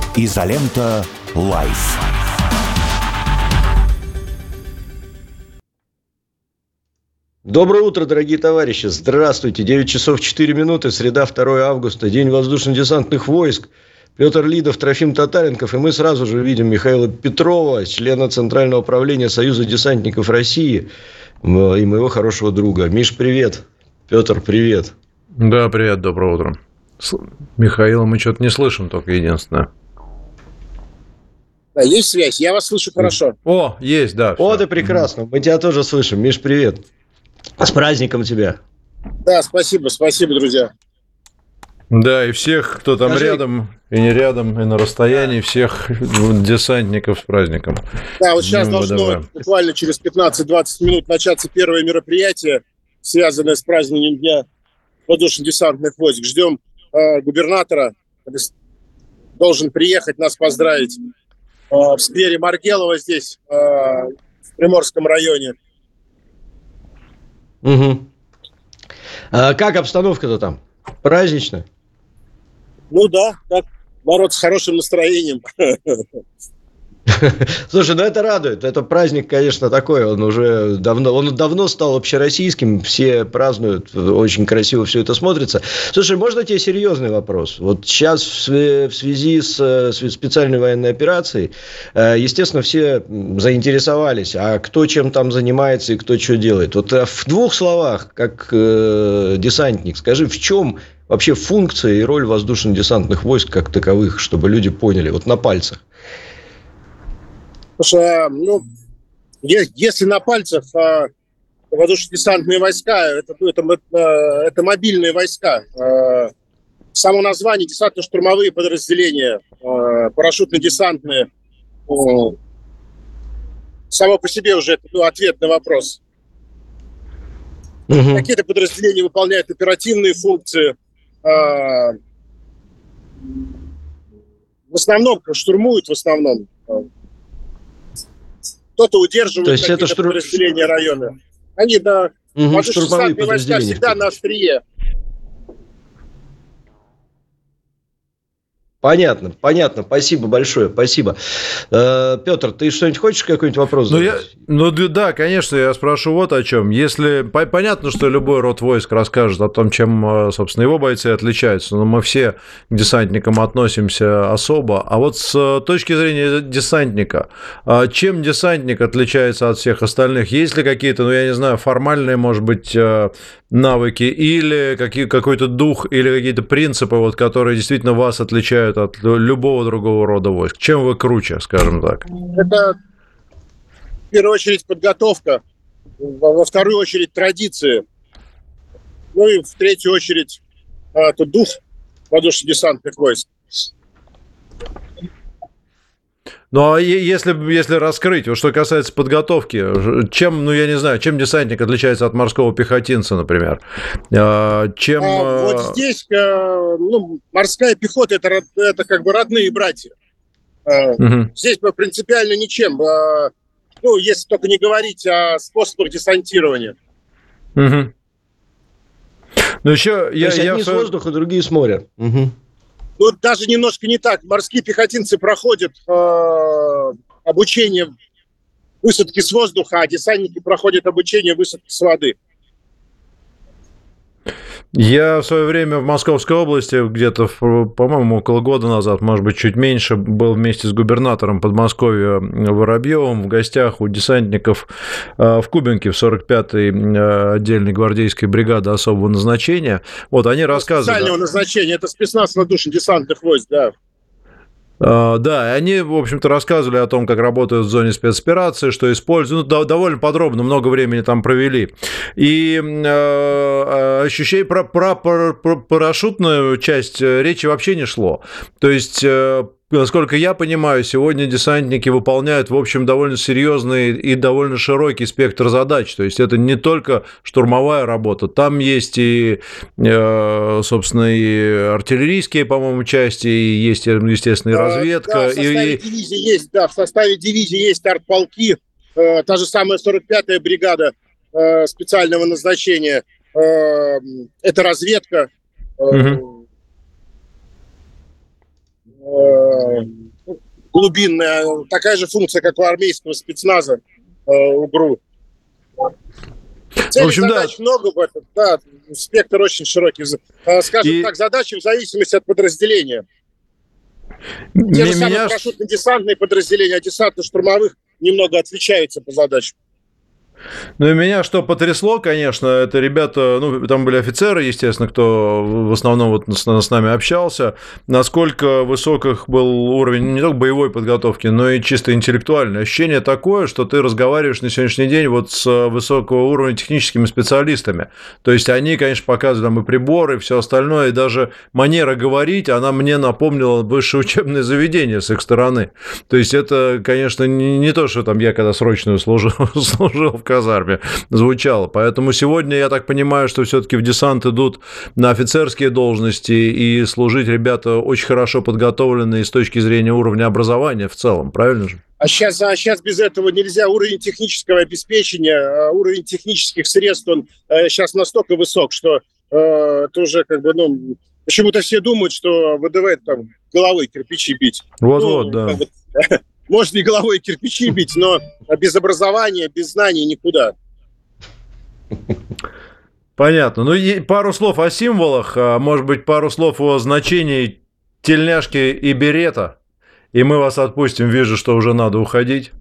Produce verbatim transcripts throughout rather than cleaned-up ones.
Изолента Лайф. Доброе утро, дорогие товарищи. Здравствуйте. девять часов четыре минуты. Среда, второе августа. День воздушно-десантных войск. Петр Лидов, Трофим Татаренков. И мы сразу же видим Михаила Петрова, члена Центрального управления Союза десантников России, и моего хорошего друга. Миш, привет. Петр, привет. Да, привет, доброе утро. С Михаила мы что-то не слышим, только единственное. Да, есть связь, я вас слышу хорошо. О, есть, да. О, все. да прекрасно. Мы тебя тоже слышим. Миш, привет. С праздником тебя. Да, спасибо, спасибо, друзья. Да, и всех, кто там Скажи... рядом, и не рядом, и на расстоянии, всех десантников с праздником. Да, вот сейчас должно буквально через пятнадцать-двадцать минут начаться первое мероприятие, связанное с празднованием Дня воздушно-десантных войск. Ждем э, губернатора, должен приехать нас поздравить э, в сквере Маргелова здесь, э, в Приморском районе. Угу. А как обстановка-то там? Празднично? Ну да, так, народ с хорошим настроением. Слушай, ну это радует. Это праздник, конечно, такой. Он уже давно, он давно стал общероссийским. Все празднуют. Очень красиво все это смотрится. Слушай, можно тебе серьезный вопрос? Вот сейчас в связи с специальной военной операцией, естественно, все заинтересовались. А кто чем там занимается и кто что делает? Вот в двух словах, как десантник, скажи, в чем вообще функция и роль воздушно-десантных войск как таковых, чтобы люди поняли? Вот на пальцах. Потому что, ну, если на пальцах а, воздушно-десантные войска, это, это, это, это мобильные войска. А, само название десантно-штурмовые подразделения, а, парашютно-десантные. А, само по себе уже это, ну, ответ на вопрос. Угу. Какие-то подразделения выполняют оперативные функции. А, в основном штурмуют, в основном. Кто-то удерживает То есть какие-то это штур... подразделения района. Они, да, угу, воздушно-десантные войска всегда на острие. Понятно, понятно. Спасибо большое, спасибо. Э, Петр, ты что-нибудь хочешь, какой-нибудь вопрос ну, задать? я, ну, да, конечно, я спрошу вот о чем. Если понятно, что любой род войск расскажет о том, чем, собственно, его бойцы отличаются, но мы все к десантникам относимся особо. А вот с точки зрения десантника, чем десантник отличается от всех остальных? Есть ли какие-то, ну, я не знаю, формальные, может быть, навыки или какие, какой-то дух или какие-то принципы, вот, которые действительно вас отличают от любого другого рода войск? Чем вы круче, скажем так? Это в первую очередь подготовка, во вторую очередь традиции, ну и в третью очередь это дух воздушно-десантных войск. Ну, а если, если раскрыть, вот что касается подготовки, чем, ну, я не знаю, чем десантник отличается от морского пехотинца, например? Чем... А, вот здесь, ну, морская пехота – это, это как бы родные братья. Угу. Здесь принципиально ничем. Ну, если только не говорить о способах десантирования. Угу. Ну, еще... Я, То есть я одни в... с воздуха, другие с моря. Угу. Ну, даже немножко не так. Морские пехотинцы проходят э, обучение высадки с воздуха, а десантники проходят обучение высадки с воды. Я в свое время в Московской области, где-то, по-моему, около года назад, может быть, чуть меньше, был вместе с губернатором Подмосковья Воробьевым в гостях у десантников в Кубинке в сорок пятой отдельной гвардейской бригады особого назначения. Вот они рассказывали... Специального назначения, это спецназ воздушно-десантных войск, да. Да, они, в общем-то, рассказывали о том, как работают в зоне спецоперации, что используют. Ну, довольно подробно, много времени там провели. И э, ощущение про, про, про, про парашютную часть речи вообще не шло. То есть... Э, Насколько я понимаю, сегодня десантники выполняют, в общем, довольно серьезный и довольно широкий спектр задач. То есть это не только штурмовая работа, там есть и, собственно, и артиллерийские, по-моему, части, и есть, естественно, и разведка. Да, в составе и... дивизии есть, да, в составе дивизии есть артполки, э, та же самая сорок пятая бригада э, специального назначения. Э, это разведка. Э, угу. глубинная, такая же функция, как у армейского спецназа, э, у ГРУ. Целей, в общем, задач да. много в этом, да, спектр очень широкий. Скажем и... так, задачи в зависимости от подразделения. Те же самые парашютно-десантные подразделения, а десантно-штурмовых немного отличаются по задачам. Ну и меня что потрясло, конечно, это ребята, ну, там были офицеры, естественно, кто в основном вот с, с нами общался, насколько высоких был уровень не только боевой подготовки, но и чисто интеллектуальный. Ощущение такое, что ты разговариваешь на сегодняшний день вот с высокого уровня техническими специалистами. То есть они, конечно, показывают там и приборы, и все остальное, и даже манера говорить, она мне напомнила высшее учебное заведение с их стороны. То есть это, конечно, не, не то, что там я когда срочную служил, служил в казарме, звучало. Поэтому сегодня, я так понимаю, что все-таки в десант идут на офицерские должности, и служить ребята очень хорошо подготовленные с точки зрения уровня образования в целом, правильно же? А сейчас, а сейчас без этого нельзя. Уровень технического обеспечения, уровень технических средств, он сейчас настолько высок, что э, это уже как бы, ну, почему-то все думают, что ВДВ там головой кирпичи бить. Вот-вот, ну, да. Как бы, можно и головой кирпичи бить, но без образования, без знаний никуда. Понятно. Ну, и пару слов о символах, а может быть, пару слов о значении тельняшки и берета, и мы вас отпустим. Вижу, что уже надо уходить.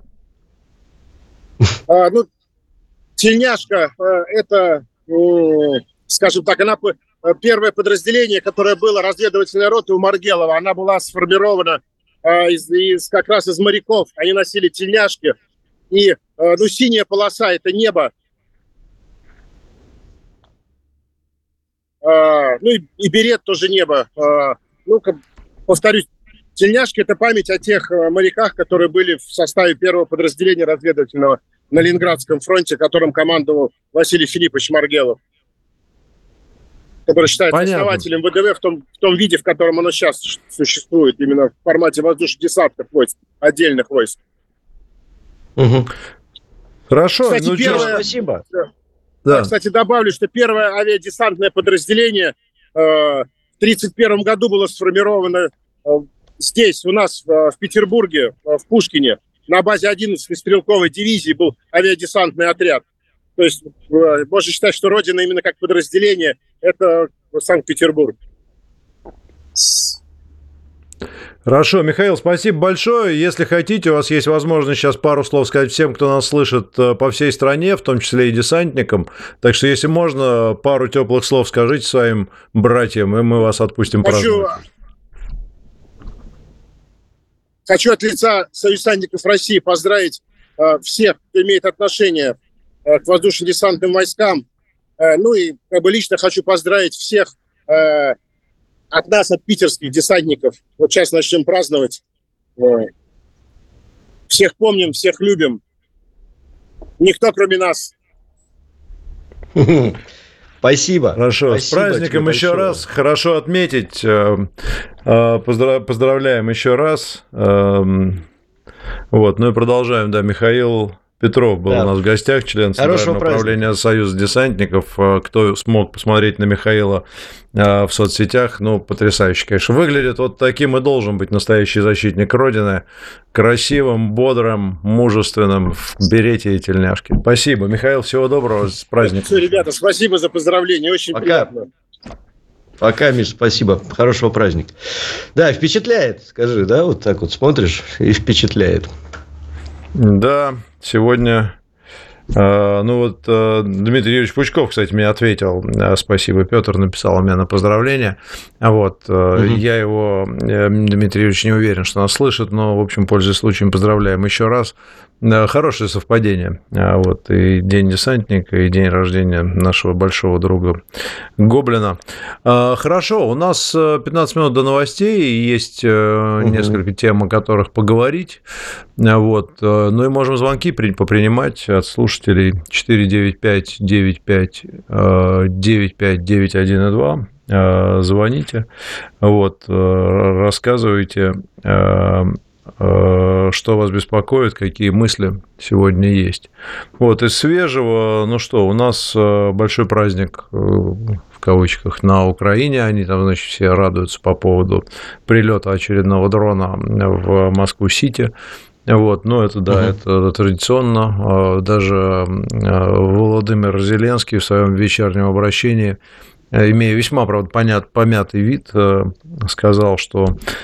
А, ну, тельняшка, это, скажем так, она первое подразделение, которое было разведывательной роты у Маргелова, она была сформирована Из, из, как раз из моряков. Они носили тельняшки. И, ну, синяя полоса – это небо. А, ну, и, и берет тоже небо. А, ну, повторюсь, тельняшки – это память о тех моряках, которые были в составе первого подразделения разведывательного на Ленинградском фронте, которым командовал Василий Филиппович Маргелов, который считается Понятно. основателем ВДВ в том, в том виде, в котором оно сейчас существует, именно в формате воздушно-десантных войск, отдельных войск. Угу. Хорошо. Кстати, ну, первое, спасибо. Да. Кстати, добавлю, что первое авиадесантное подразделение э, в тридцать первом году было сформировано э, здесь, у нас, э, в Петербурге, э, в Пушкине, на базе одиннадцатой стрелковой дивизии был авиадесантный отряд. То есть э, можно считать, что родина именно как подразделение – это Санкт-Петербург. Хорошо, Михаил, спасибо большое. Если хотите, у вас есть возможность сейчас пару слов сказать всем, кто нас слышит по всей стране, в том числе и десантникам. Так что, если можно, пару теплых слов скажите своим братьям, и мы вас отпустим Хочу... праздновать. Хочу от лица Союза десантников России поздравить э, всех, кто имеет отношение к воздушно-десантным войскам. Ну и как бы лично хочу поздравить всех э, от нас, от питерских десантников. Вот сейчас начнем праздновать. Всех помним, всех любим. Никто, кроме нас. Спасибо. Хорошо. Спасибо с праздником еще большое. раз. Хорошо отметить. Поздрав... Поздравляем еще раз. Вот. Ну и продолжаем. Да, Михаил Петров был да. у нас в гостях, член Центрального управления Союза десантников. Кто смог посмотреть на Михаила в соцсетях, ну, потрясающе, конечно, выглядит. Вот таким и должен быть настоящий защитник Родины. Красивым, бодрым, мужественным, в берете и тельняшке. Спасибо. Михаил, всего доброго, с праздником. Все, ребята, спасибо за поздравления, очень Пока. приятно. Пока, Миш, спасибо. Хорошего праздника. Да, впечатляет, скажи, да, вот так вот смотришь и впечатляет. Да, сегодня, ну вот Дмитрий Юрьевич Пучков, кстати, мне ответил, спасибо, Петр написал мне на поздравление, вот, угу. я его, Дмитрий Юрьевич, не уверен, что нас слышит, но, в общем, пользуясь случаем, поздравляем еще раз. Хорошее совпадение, вот, и День десантника, и день рождения нашего большого друга Гоблина. Хорошо, у нас пятнадцать минут до новостей, есть угу. несколько тем, о которых поговорить, вот, ну и можем звонки попринимать от слушателей четыре девять пять девять пять девять пять девять один и два, звоните, вот, рассказывайте что вас беспокоит, какие мысли сегодня есть. Вот, из свежего, ну что, у нас большой праздник, в кавычках, на Украине. Они там, значит, все радуются по поводу прилета очередного дрона в Москву-Сити. Вот, ну, это, да, uh-huh. это традиционно. Даже Владимир Зеленский в своем вечернем обращении, имея весьма, правда, понят, помятый вид, сказал, что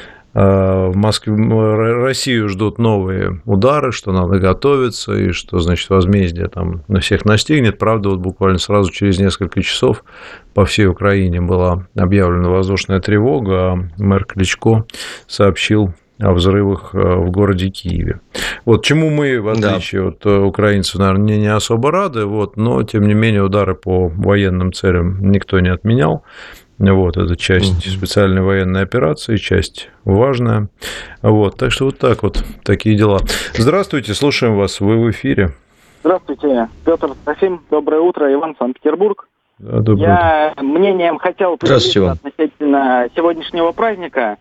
в Москве, Россию ждут новые удары, что надо готовиться, и что, значит, возмездие там на всех настигнет. Правда, вот буквально сразу через несколько часов по всей Украине была объявлена воздушная тревога, а мэр Кличко сообщил о взрывах в городе Киеве. Вот чему мы, в отличие да. от украинцев, наверное, не особо рады, вот, но, тем не менее, удары по военным целям никто не отменял. Вот, это часть специальной военной операции, часть важная. Вот, так что вот так вот, такие дела. Здравствуйте, слушаем вас, вы в эфире. Здравствуйте, Петр Трофим, доброе утро, Иван, Санкт-Петербург. Да, доброе Я утро. мнением хотел поделиться относительно сегодняшнего праздника.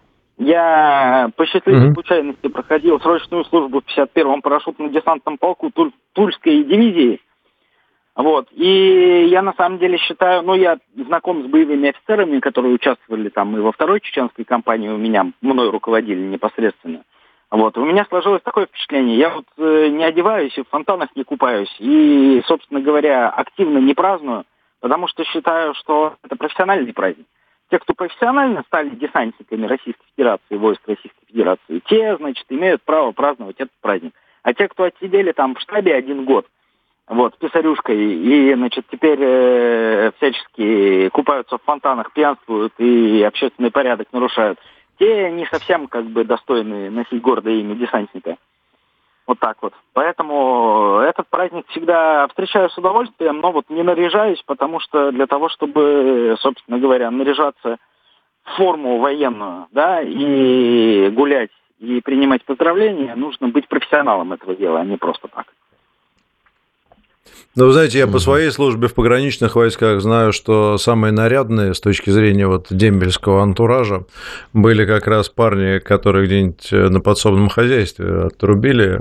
Я по счастливой угу. случайности проходил срочную службу в пятьдесят первом парашютно-десантном полку Туль- Тульской дивизии. Вот. И я на самом деле считаю, ну, я знаком с боевыми офицерами, которые участвовали там и во второй чеченской кампании у меня, мной руководили непосредственно. Вот. У меня сложилось такое впечатление, я вот э, не одеваюсь и в фонтанах не купаюсь, и, собственно говоря, активно не праздную, потому что считаю, что это профессиональный праздник. Те, кто профессионально стали десантниками Российской Федерации, войск Российской Федерации, те, значит, имеют право праздновать этот праздник. А те, кто отсидели там в штабе один год, вот, писарюшкой, и, значит, теперь э, всячески купаются в фонтанах, пьянствуют и общественный порядок нарушают, те не совсем, как бы, достойны носить гордое имя десантника. Вот так вот. Поэтому этот праздник всегда встречаю с удовольствием, но вот не наряжаюсь, потому что для того, чтобы, собственно говоря, наряжаться в форму военную, да, и гулять, и принимать поздравления, нужно быть профессионалом этого дела, а не просто так. Ну, вы знаете, я по своей службе в пограничных войсках знаю, что самые нарядные с точки зрения вот дембельского антуража были как раз парни, которые где-нибудь на подсобном хозяйстве отрубили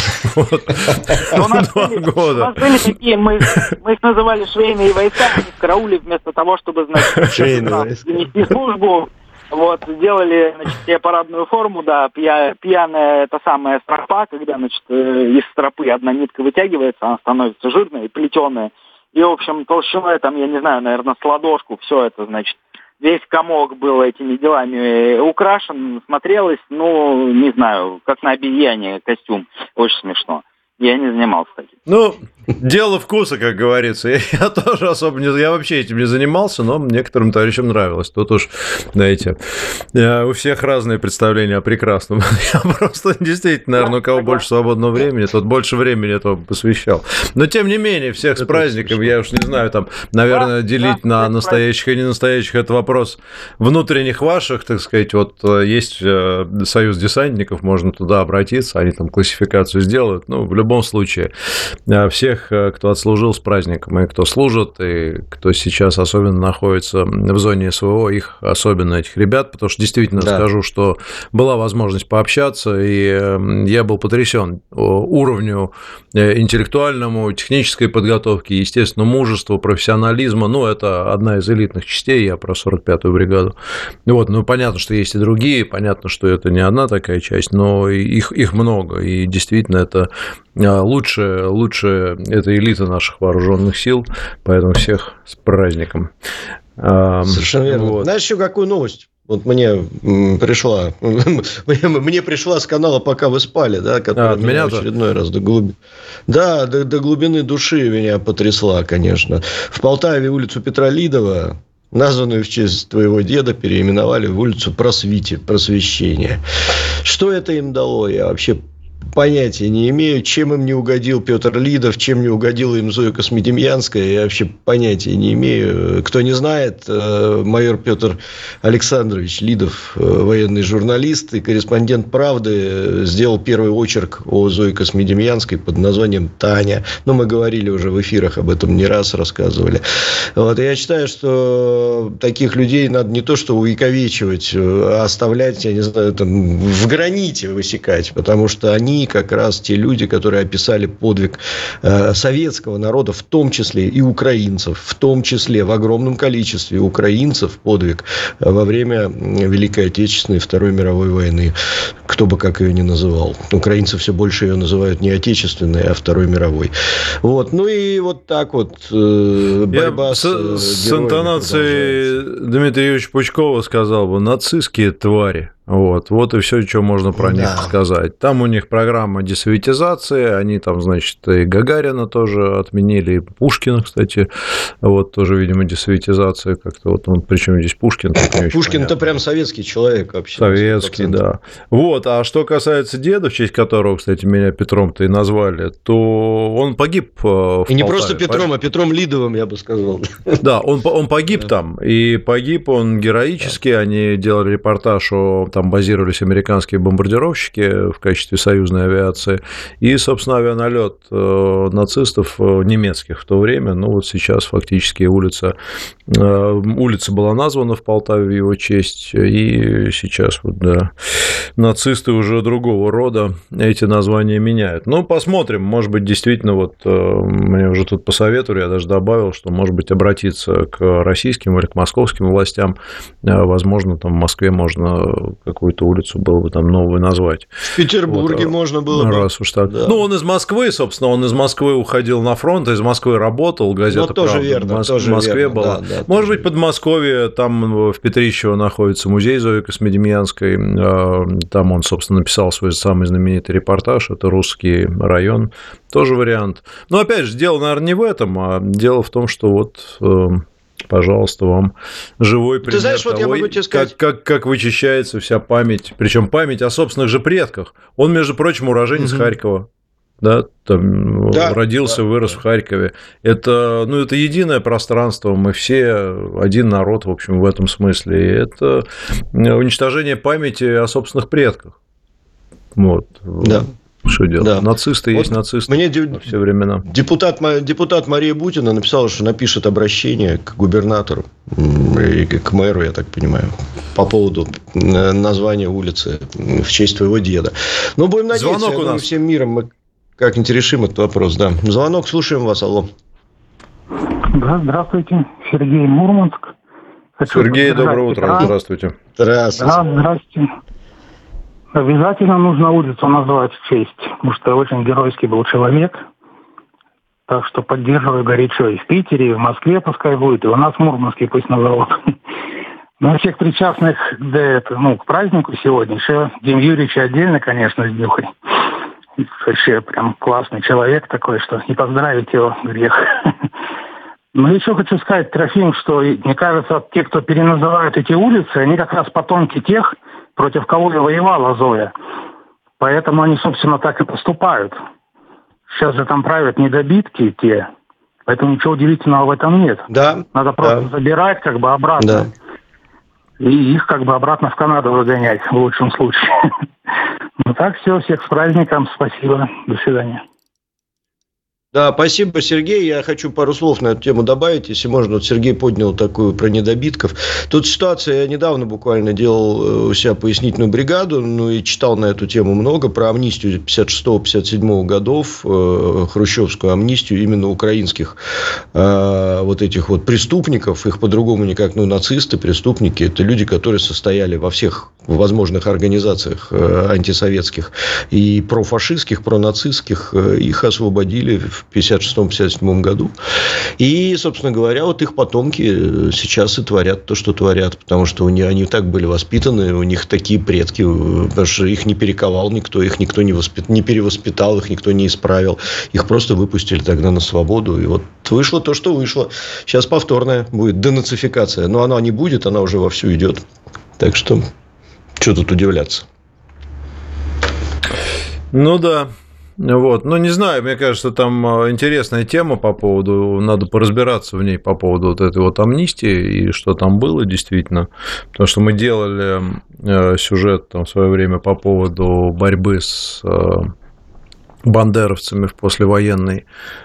два года. У нас были такие, мы их называли швейные войска, они в карауле вместо того, чтобы, значит, нести службу. Вот, сделали, значит, себе парадную форму, да, пья, пьяная, это самая стропа, когда, значит, из стропы одна нитка вытягивается, она становится жирная и плетеная. И, в общем, толщиной, там, я не знаю, наверное, с ладошку, все это, значит, весь комок был этими делами украшен, смотрелось, ну, не знаю, как на обезьяне костюм, очень смешно. Я не занимался таким. Ну, дело вкуса, как говорится. Я, я тоже особо не... Я вообще этим не занимался, но некоторым товарищам нравилось. Тут уж, знаете, у всех разные представления о прекрасном. Я просто действительно, наверное, у кого больше свободного времени, тот больше времени этому посвящал. Но, тем не менее, всех с праздником, я уж не знаю, там, наверное, делить на настоящих и ненастоящих, это вопрос внутренних ваших, так сказать. Вот есть союз десантников, можно туда обратиться, они там классификацию сделают. Ну, в любом В любом случае, всех, кто отслужил, с праздником, и кто служит, и кто сейчас особенно находится в зоне СВО, их особенно, этих ребят, потому что действительно да. скажу, что была возможность пообщаться, и я был потрясен уровню интеллектуальному, технической подготовки, естественно, мужества, профессионализма. Ну, это одна из элитных частей, я про сорок пятую бригаду. Вот, ну, понятно, что есть и другие, понятно, что это не одна такая часть, но их, их много, и действительно это лучше, лучше это элита наших вооруженных сил, поэтому всех с праздником. Совершенно верно. Вот. Знаешь, еще какую новость? Вот мне пришла, мне пришла с канала «Пока вы спали», да, которая а, меня, меня в очередной раз до глубины, да, до, до глубины души меня потрясла, конечно. В Полтаве улицу Петра Лидова, названную в честь твоего деда, переименовали в улицу Просвите, Просвещения. Что это им дало, я вообще понятия не имею, чем им не угодил Петр Лидов, чем не угодила им Зоя Космодемьянская. Я вообще понятия не имею. Кто не знает, майор Петр Александрович Лидов, военный журналист и корреспондент «Правды», сделал первый очерк о Зое Космодемьянской под названием «Таня». Ну, мы говорили уже в эфирах об этом, не раз рассказывали. Вот. И я считаю, что таких людей надо не то что увековечивать, а оставлять, я не знаю, там, в граните высекать, потому что они как раз те люди, которые описали подвиг э, советского народа, в том числе и украинцев, в том числе в огромном количестве украинцев подвиг во время Великой Отечественной и Второй мировой войны. Кто бы как ее ни называл. Украинцы все больше ее называют не Отечественной, а Второй мировой. Вот. Ну и вот так вот э, борьба Я с, с, с интонацией Дмитрия Юрьевича Пучкова сказал бы: нацистские твари. Вот, вот и все, что можно про да. них сказать. Там у них программа десоветизации, они там, значит, и Гагарина тоже отменили, и Пушкина, кстати, вот тоже, видимо, десоветизация как-то. Вот он, причем здесь Пушкин. Пушкин-то прям советский человек вообще. Советский, да. Вот, а что касается деда, в честь которого, кстати, меня Петром-то и назвали, то он погиб в Полтаве. И не просто Петром, а Петром Лидовым, я бы сказал. Да, он, он погиб да. там, и погиб он героически, да. они делали репортаж о... Там базировались американские бомбардировщики в качестве союзной авиации. И, собственно, авианалет нацистов немецких в то время, ну, вот сейчас фактически улица, улица была названа в Полтаве в его честь. И сейчас вот, да, нацисты уже другого рода эти названия меняют. Ну, посмотрим. Может быть, действительно, вот мне уже тут посоветовали, я даже добавил, что, может быть, обратиться к российским или к московским властям. Возможно, там в Москве можно какую-то улицу было бы там новую назвать. В Петербурге вот, можно было бы. Раз уж так. Да. Ну, он из Москвы, собственно, он из Москвы уходил на фронт, из Москвы работал, газета ну, тоже «Правда» верно, в, Моск... тоже в Москве верно. была. Да, да, может быть, Подмосковье, там в Петрищево находится музей Зои Космодемьянской, там он, собственно, написал свой самый знаменитый репортаж, это «Русский район», тоже вариант. Но, опять же, дело, наверное, не в этом, а дело в том, что вот... Пожалуйста, вам живой пример. Ты знаешь, того, вот я могу тебе сказать... как, как, как вычищается вся память, причем память о собственных же предках. Он, между прочим, уроженец угу. Харькова. Да, там да, родился, да, вырос да. в Харькове. Это, ну, это единое пространство, мы все один народ, в общем, в этом смысле. И это уничтожение памяти о собственных предках. Вот. Да. Что делать? Да. Нацисты вот есть нацисты мне во все времена. Депутат, депутат Мария Бутина написала, что напишет обращение к губернатору и к мэру, я так понимаю, по поводу названия улицы в честь твоего деда. Но будем надеяться, Звонок я у думаю, нас. всем миром мы как-нибудь решим этот вопрос. Да. Звонок, слушаем вас, алло. Да, здравствуйте, Сергей, Мурманск. Хочу Сергей, доброе утро, Петра. Здравствуйте. Здравствуйте. Да, здравствуйте. Обязательно нужно улицу назвать в честь, потому что очень геройский был человек. Так что поддерживаю горячо. И в Питере, и в Москве пускай будет, и у нас в Мурманске пусть назовут. Ну, всех причастных к, ну, к празднику сегодня, еще Дим Юрьевича отдельно, конечно, с Днюхой. Вообще прям классный человек такой, что не поздравить его грех. Но еще хочу сказать, Трофим, что, мне кажется, те, кто переназывают эти улицы, они как раз потомки тех, против кого и воевала Зоя. Поэтому они, собственно, так и поступают. Сейчас же там правят недобитки те, поэтому ничего удивительного в этом нет. Да. Надо просто да. забирать как бы обратно. Да. И их как бы обратно в Канаду выгонять в лучшем случае. Ну так все, всех с праздником, спасибо, до свидания. Да, спасибо, Сергей. Я хочу пару слов на эту тему добавить, если можно. Вот Сергей поднял такую про недобитков. Тут ситуация, я недавно буквально делал у себя пояснительную бригаду, ну и читал на эту тему много, про амнистию пятьдесят шестого — пятьдесят седьмого годов, э, хрущевскую амнистию именно украинских э, вот этих вот преступников, их по-другому никак, ну, нацисты, преступники, это люди, которые состояли во всех возможных организациях э, антисоветских и профашистских, пронацистских, э, их освободили в пятьдесят шестом — пятьдесят седьмом году. И, собственно говоря, вот их потомки сейчас и творят то, что творят, потому что у них, они так были воспитаны, у них такие предки, потому что их не перековал никто, их никто не, воспит... не перевоспитал, их никто не исправил. Их просто выпустили тогда на свободу. И вот вышло то, что вышло. Сейчас повторная будет денацификация. Но она не будет, она уже вовсю идет. Так что, что тут удивляться? Ну да. Вот. Ну, не знаю, мне кажется, там интересная тема по поводу, надо поразбираться в ней по поводу вот этой вот амнистии и что там было действительно. Потому что мы делали сюжет там в свое время по поводу борьбы с бандеровцами в послевоенной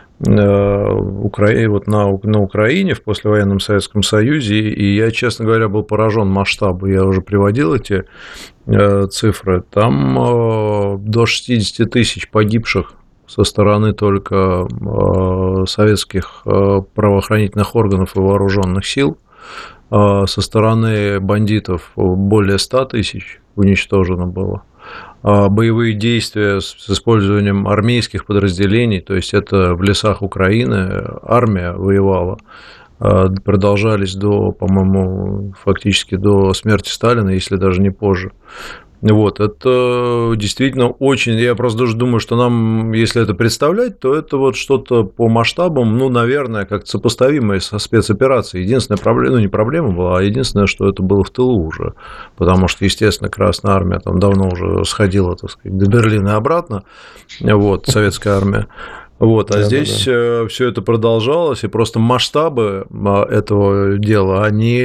Украине, вот на, на Украине в послевоенном Советском Союзе, и я, честно говоря, был поражен масштабом. Я уже приводил эти э, цифры. Там э, до шестьдесят тысяч погибших со стороны только э, советских э, правоохранительных органов и вооруженных сил, э, со стороны бандитов более ста тысяч уничтожено было. Боевые действия с использованием армейских подразделений, то есть это в лесах Украины армия воевала, продолжались до, по-моему, фактически до смерти Сталина, если даже не позже. Вот, это действительно очень... Я просто даже думаю, что нам, если это представлять, то это вот что-то по масштабам, ну, наверное, как-то сопоставимое со спецоперацией. Единственная проблема, ну, не проблема была, а единственное, что это было в тылу уже. Потому что, естественно, Красная Армия там давно уже сходила, так сказать, до Берлина и обратно. Вот, Советская Армия. Вот, а да, здесь да, да. все это продолжалось, и просто масштабы этого дела, они,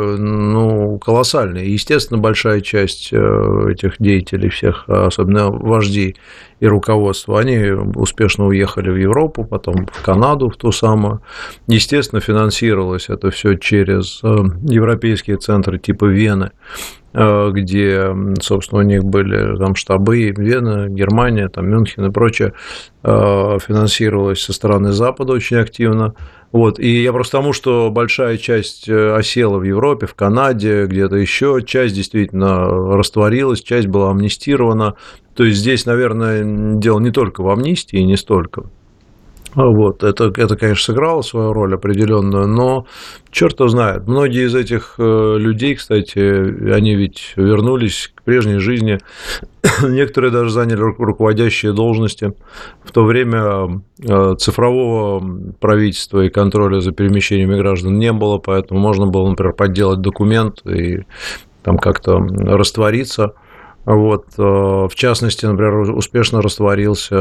ну, колоссальные. Естественно, большая часть этих деятелей всех, особенно вождей и руководства, они успешно уехали в Европу, потом в Канаду, в ту самую. Естественно, финансировалось это все через европейские центры типа Вены, где, собственно, у них были там штабы, Вена, Германия, там Мюнхен и прочее, финансировалось со стороны Запада очень активно. Вот. И я просто тому, что большая часть осела в Европе, в Канаде, где-то еще, часть действительно растворилась, часть была амнистирована. То есть здесь, наверное, дело не только в амнистии, не столько. Вот, это, это, конечно, сыграло свою роль определенную, но черт его знает. Многие из этих людей, кстати, они ведь вернулись к прежней жизни. Некоторые даже заняли руководящие должности. В то время цифрового правительства и контроля за перемещениями граждан не было, поэтому можно было, например, подделать документ и там как-то раствориться. Вот, в частности, например, успешно растворился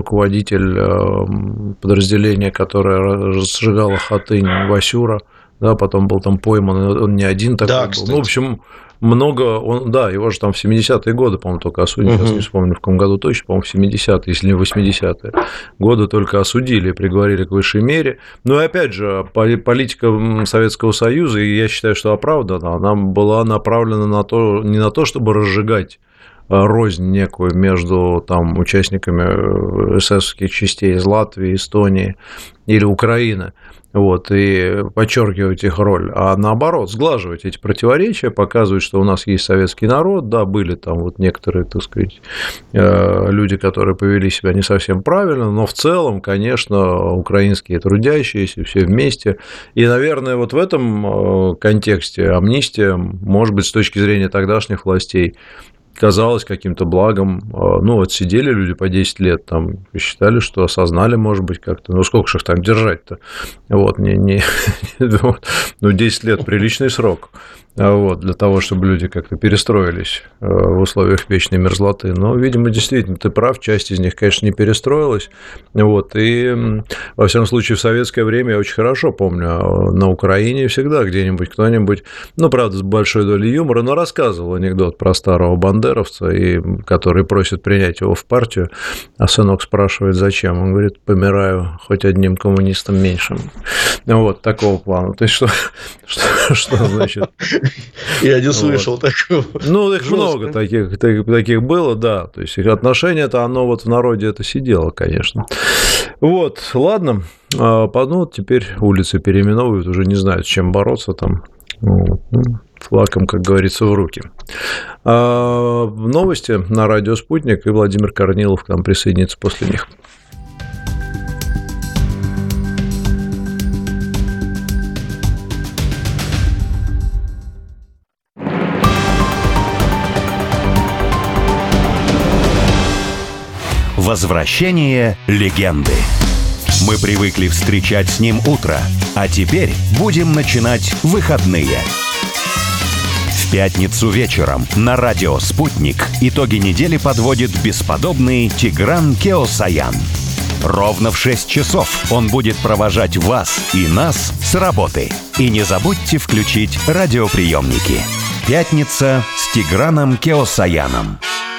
руководитель подразделения, которое сжигало Хатынь, Васюра, да, потом был там пойман, он не один такой да, был. Кстати. Ну, в общем, много, он, да, его же там в семидесятые годы, по-моему, только осудили, угу. Сейчас не вспомню, в каком году точно, по-моему, в семидесятые, если не восьмидесятые годы только осудили, приговорили к высшей мере. Ну, и опять же, политика Советского Союза, и я считаю, что оправдана, она была направлена на то, не на то, чтобы разжигать рознь некую между там, участниками эсэсовских частей из Латвии, Эстонии или Украины, вот, и подчеркивать их роль, а наоборот, сглаживать эти противоречия, показывать, что у нас есть советский народ, да, были там вот некоторые, так сказать, люди, которые повели себя не совсем правильно, но в целом, конечно, украинские трудящиеся, все вместе, и, наверное, вот в этом контексте амнистия, может быть, с точки зрения тогдашних властей, казалось каким-то благом. Ну, вот сидели люди по десять лет, там, считали, что осознали, может быть, как-то. Ну, сколько же их там держать-то? Вот, не, не, ну, десять лет – приличный срок. Вот, для того, чтобы люди как-то перестроились в условиях вечной мерзлоты. Но, видимо, действительно, ты прав, часть из них, конечно, не перестроилась. Вот, и, во всяком случае, в советское время я очень хорошо помню, на Украине всегда где-нибудь кто-нибудь, ну, правда, с большой долей юмора, но рассказывал анекдот про старого бандеровца, и, который просит принять его в партию, а сынок спрашивает, зачем? Он говорит, помираю хоть одним коммунистом меньшим. Вот, такого плана. То есть, что, что, что значит... Я не слышал вот. Такого. Ну, их жестко. Много таких, таких было, да. То есть, их отношение-то, оно вот в народе это сидело, конечно. Вот, ладно. Ну, теперь улицы переименовывают, уже не знают, с чем бороться там. Флаком, как говорится, в руки. Новости на радио «Спутник», и Владимир Корнилов к нам присоединится после них. Возвращение легенды. Мы привыкли встречать с ним утро, а теперь будем начинать выходные. пятницу вечером на радио «Спутник» итоги недели подводит бесподобный Тигран Кеосаян. Ровно в шесть часов он будет провожать вас и нас с работы. И не забудьте включить радиоприемники. Пятница с Тиграном Кеосаяном.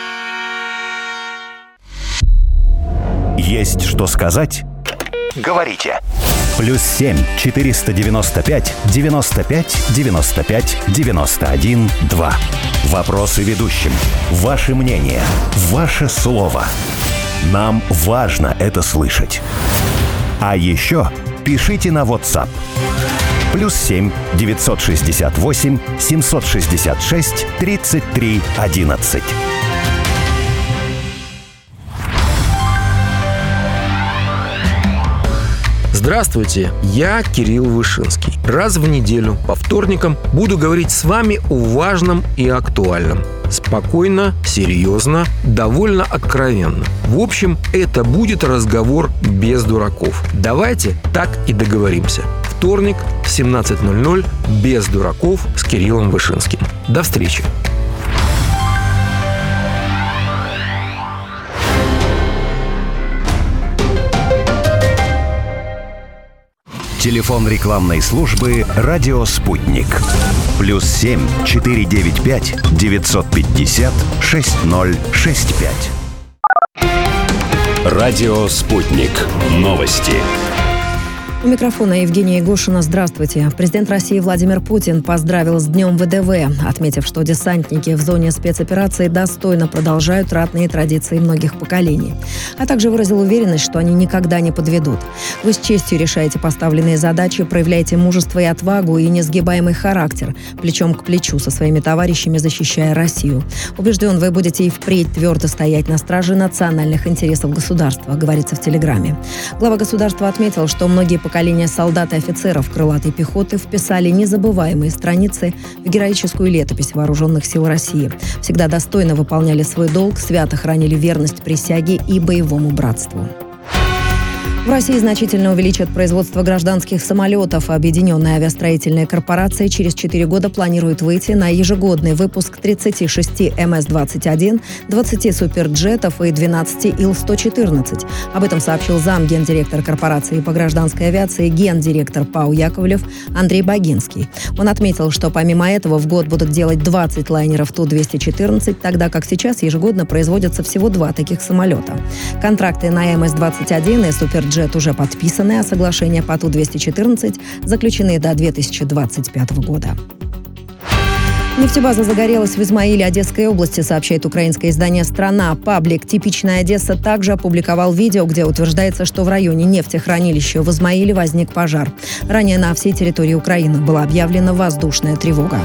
Есть что сказать? Говорите. Плюс семь четыреста девяносто пять девяносто пять девяносто пять девяносто один два. Вопросы ведущим. Ваше мнение. Ваше слово. Нам важно это слышать. А еще пишите на WhatsApp. Плюс семь девятьсот шестьдесят восемь семьсот шестьдесят шесть тридцать три одиннадцать. Здравствуйте, я Кирилл Вышинский. Раз в неделю по вторникам буду говорить с вами о важном и актуальном. Спокойно, серьезно, довольно откровенно. В общем, это будет разговор без дураков. Давайте так и договоримся. Вторник в семнадцать ноль ноль без дураков с Кириллом Вышинским. До встречи. Телефон рекламной службы «Радио Спутник». Плюс семь четыреста девяносто пять девятьсот пятьдесят шесть ноль шесть пять. Радио Спутник. Новости. У микрофона Евгения Егошина. Здравствуйте. Президент России Владимир Путин поздравил с Днем ВДВ, отметив, что десантники в зоне спецоперации достойно продолжают ратные традиции многих поколений. А также выразил уверенность, что они никогда не подведут. Вы с честью решаете поставленные задачи, проявляете мужество и отвагу и несгибаемый характер, плечом к плечу со своими товарищами защищая Россию. Убежден, вы будете и впредь твердо стоять на страже национальных интересов государства, говорится в телеграмме. Глава государства отметил, что многие поколения Поколения солдат и офицеров крылатой пехоты вписали незабываемые страницы в героическую летопись вооруженных сил России. Всегда достойно выполняли свой долг, свято хранили верность присяге и боевому братству. В России значительно увеличат производство гражданских самолетов. Объединенная авиастроительная корпорация через четыре года планирует выйти на ежегодный выпуск тридцати шести эм эс двадцать один, двадцати суперджетов и двенадцати ил сто четырнадцать. Об этом сообщил замгендиректор корпорации по гражданской авиации, гендиректор ПАО «Яковлев» Андрей Богинский. Он отметил, что помимо этого в год будут делать двадцать лайнеров Ту двести четырнадцать, тогда как сейчас ежегодно производятся всего два таких самолета. Контракты на эм эс двадцать один и суперджет Джет уже подписаны, а соглашения по Ту двести четырнадцать заключены до две тысячи двадцать пятого года. Нефтебаза загорелась в Измаиле Одесской области, сообщает украинское издание «Страна». Паблик «Типичная Одесса» также опубликовал видео, где утверждается, что в районе нефтехранилища в Измаиле возник пожар. Ранее на всей территории Украины была объявлена воздушная тревога.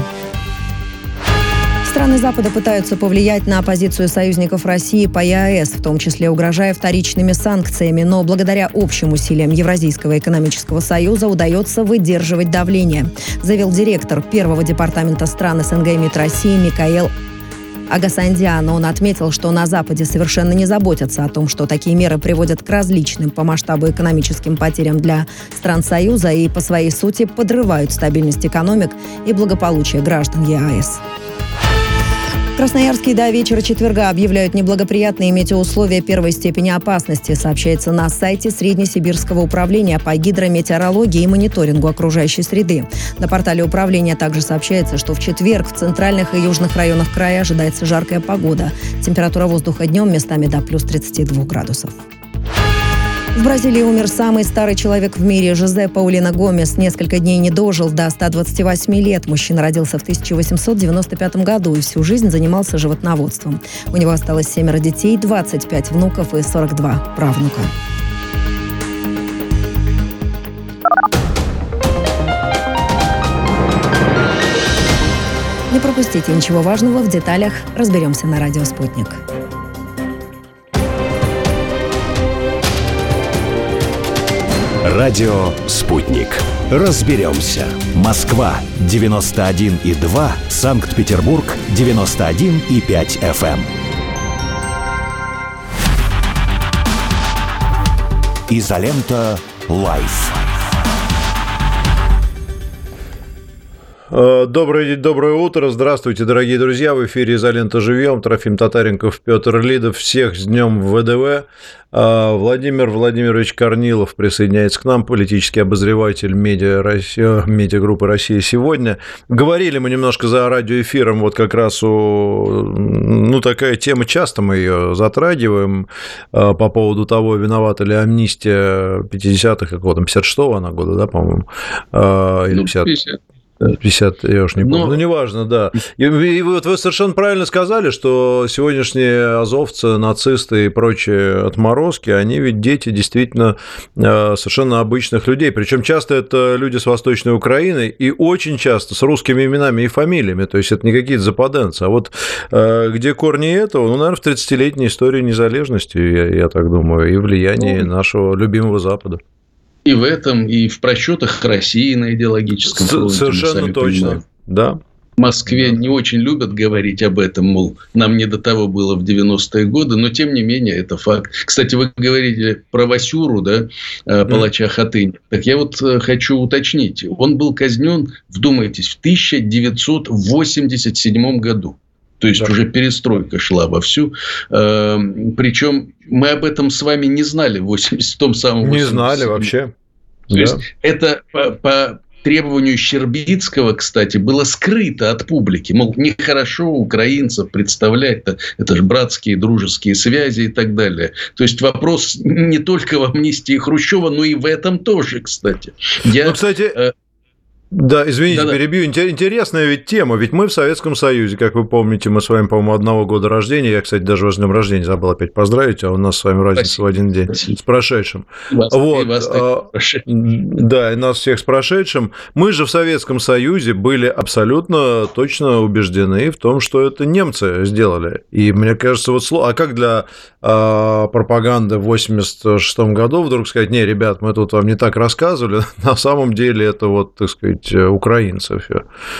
Страны Запада пытаются повлиять на позицию союзников России по е а эс, в том числе угрожая вторичными санкциями, но благодаря общим усилиям Евразийского экономического союза удается выдерживать давление, заявил директор первого департамента стран СНГ МИД России Микаэл Агасандян. Он отметил, что на Западе совершенно не заботятся о том, что такие меры приводят к различным по масштабу экономическим потерям для стран Союза и по своей сути подрывают стабильность экономик и благополучие граждан е а эс. В Красноярске до вечера четверга объявляют неблагоприятные метеоусловия первой степени опасности, сообщается на сайте Среднесибирского управления по гидрометеорологии и мониторингу окружающей среды. На портале управления также сообщается, что в четверг в центральных и южных районах края ожидается жаркая погода. Температура воздуха днем местами до плюс тридцати двух градусов. В Бразилии умер самый старый человек в мире. Жозе Паулино Гомес несколько дней не дожил до ста двадцати восьми лет. Мужчина родился в тысяча восемьсот девяносто пятом году и всю жизнь занимался животноводством. У него осталось семеро детей, двадцать пять внуков и сорок два правнука. Не пропустите ничего важного, в деталях разберемся на радио «Спутник». Радио «Спутник». Разберемся. Москва девяносто один и два, Санкт-Петербург девяносто один и пять эф эм. Изолента Лайф. Доброе, доброе утро, здравствуйте, дорогие друзья, в эфире «Изолента живьем», Трофим Татаренков, Петр Лидов, всех с днем ВДВ. Владимир Владимирович Корнилов присоединяется к нам, политический обозреватель медиа Россия, медиагруппы «Россия сегодня». Говорили мы немножко за радиоэфиром, вот как раз о, ну, такая тема, часто мы ее затрагиваем, по поводу того, виновата ли амнистия пятидесятых, какого там, пятьдесят шестого она года, да, по-моему, или пятьдесят пятьдесят, я уж не помню, но... ну, неважно, да. И, и вот вы совершенно правильно сказали, что сегодняшние азовцы, нацисты и прочие отморозки, они ведь дети действительно совершенно обычных людей, причем часто это люди с Восточной Украины и очень часто с русскими именами и фамилиями, то есть это не какие-то западенцы, а вот где корни этого, ну, наверное, в тридцатилетней истории незалежности, я, я так думаю, и влияние ну... нашего любимого Запада. И в этом, и в просчетах России на идеологическом фронте. Совершенно точно, понимаем. Да. В Москве да. не очень любят говорить об этом, мол, нам не до того было в девяностые годы, но тем не менее это факт. Кстати, вы говорите про Васюру, да, палача mm. Хатынь. Так я вот хочу уточнить. Он был казнен, вдумайтесь, в тысяча девятьсот восемьдесят седьмом году. То есть, да. уже перестройка шла вовсю. Причем мы об этом с вами не знали в восьмидесятом самом Не знали вообще. То да. есть, это по, по требованию Щербицкого, кстати, было скрыто от публики. Мол, нехорошо украинцев представлять-то. Это же братские, дружеские связи и так далее. То есть, вопрос не только в амнистии Хрущева, но и в этом тоже, кстати. Я, ну, кстати... Да, извините, Да-да. перебью. Интересная ведь тема. Ведь мы в Советском Союзе, как вы помните, мы с вами, по-моему, одного года рождения. Я, кстати, даже вас с днем рождения забыл опять поздравить, а у нас с вами разница Спасибо. в один день. Спасибо. С прошедшим. Вас, вот. Вас, а, да, и нас всех с прошедшим. Мы же в Советском Союзе были абсолютно точно убеждены в том, что это немцы сделали. И мне кажется, вот слово... А как для а, пропаганды в восемьдесят шестом году вдруг сказать, не, ребят, мы тут вам не так рассказывали, на самом деле это вот, так сказать, украинцев.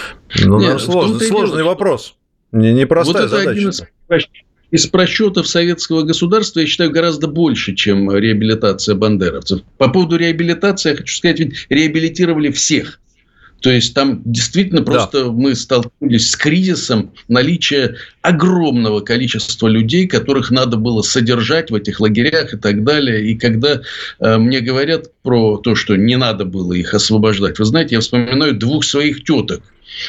Ну, Нет, сложный, сложный вопрос. Непростая вот задача. Один из, из просчетов советского государства, я считаю, гораздо больше, чем реабилитация бандеровцев. По поводу реабилитации, я хочу сказать, ведь реабилитировали всех. То есть, там действительно просто да. мы столкнулись с кризисом наличия огромного количества людей, которых надо было содержать в этих лагерях и так далее. И когда э, мне говорят про то, что не надо было их освобождать, вы знаете, я вспоминаю двух своих теток.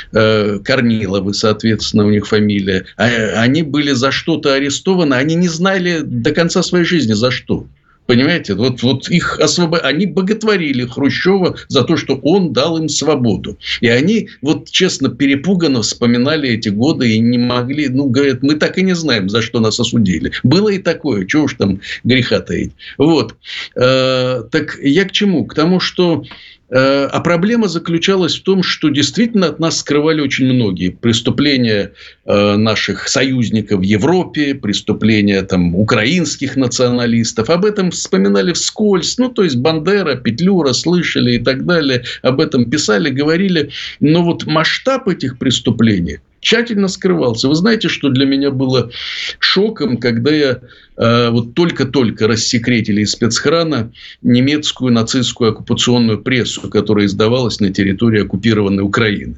Корниловы, соответственно, у них фамилия. Они были за что-то арестованы, они не знали до конца своей жизни за что. Понимаете, вот, вот их освобо... они боготворили Хрущева за то, что он дал им свободу. И они, вот честно, перепуганно вспоминали эти годы и не могли, ну, говорят, мы так и не знаем, за что нас осудили. Было и такое, чего уж там греха таить. Вот. Э, так я к чему? К тому, что А проблема заключалась в том, что действительно от нас скрывали очень многие преступления наших союзников в Европе, преступления там, украинских националистов. Об этом вспоминали вскользь. Ну, то есть, Бандера, Петлюра слышали и так далее. Об этом писали, говорили. Но вот масштаб этих преступлений тщательно скрывался. Вы знаете, что для меня было шоком, когда я э, вот только-только рассекретили из спецхрана немецкую нацистскую оккупационную прессу, которая издавалась на территории оккупированной Украины.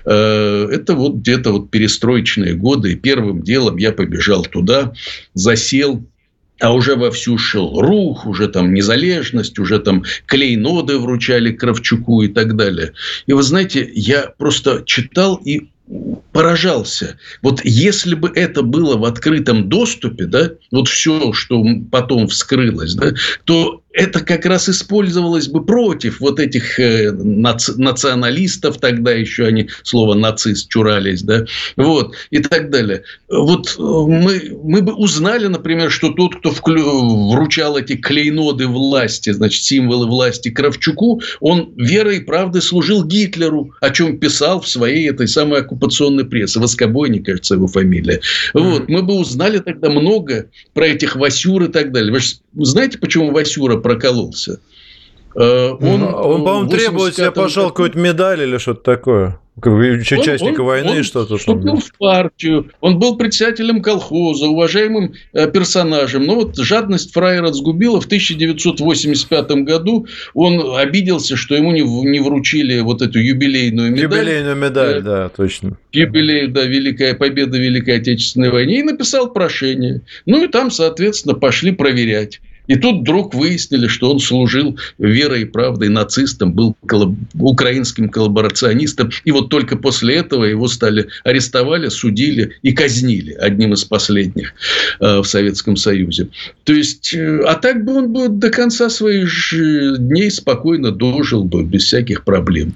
Э, это вот где-то вот перестроечные годы. И первым делом я побежал туда, засел. А уже вовсю шел рух, уже там незалежность, уже там клейноды вручали Кравчуку и так далее. И вы знаете, я просто читал и поражался. Вот если бы это было в открытом доступе, да, вот все, что потом вскрылось, да, то это как раз использовалось бы против вот этих э, наци- националистов, тогда еще они слово нацист чурались, да, вот, и так далее. Вот мы, мы бы узнали, например, что тот, кто вклю- вручал эти клейноды власти, значит, символы власти Кравчуку, он верой и правдой служил Гитлеру, о чем писал в своей этой самой оккупационной прессе. Воскобойник, кажется, его фамилия. Вот, мы бы узнали тогда много про этих Васюр и так далее. Вы же знаете, почему Васюра прокололся? Он, он по-моему, требует себе, пожалуй, какую-то медаль или что-то такое. Участника он, войны, он что-то. Вступил в партию, он был председателем колхоза, уважаемым персонажем. Но вот жадность фраера сгубила. В тысяча девятьсот восемьдесят пятом году он обиделся, что ему не, не вручили вот эту юбилейную медаль. Юбилейную медаль, да, точно. Юбилей, да, Великая Победа в Великой Отечественной войне. И написал прошение. Ну, и там, соответственно, пошли проверять. И тут вдруг выяснили, что он служил верой и правдой нацистам, был коллаб... украинским коллаборационистом. И вот только после этого его стали арестовали, судили и казнили, одним из последних э, в Советском Союзе. То есть, э, а так бы он бы до конца своих дней спокойно дожил бы, без всяких проблем.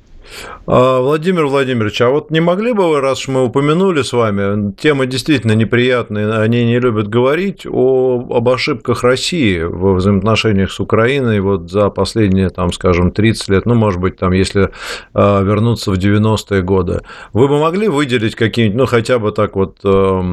Владимир Владимирович, а вот не могли бы вы, раз уж мы упомянули с вами, темы действительно неприятные, они не любят говорить, о, об ошибках России во взаимоотношениях с Украиной вот за последние, там, скажем, тридцать лет, ну, может быть, там, если вернуться в девяностые годы. Вы бы могли выделить какие-нибудь, ну, хотя бы так вот,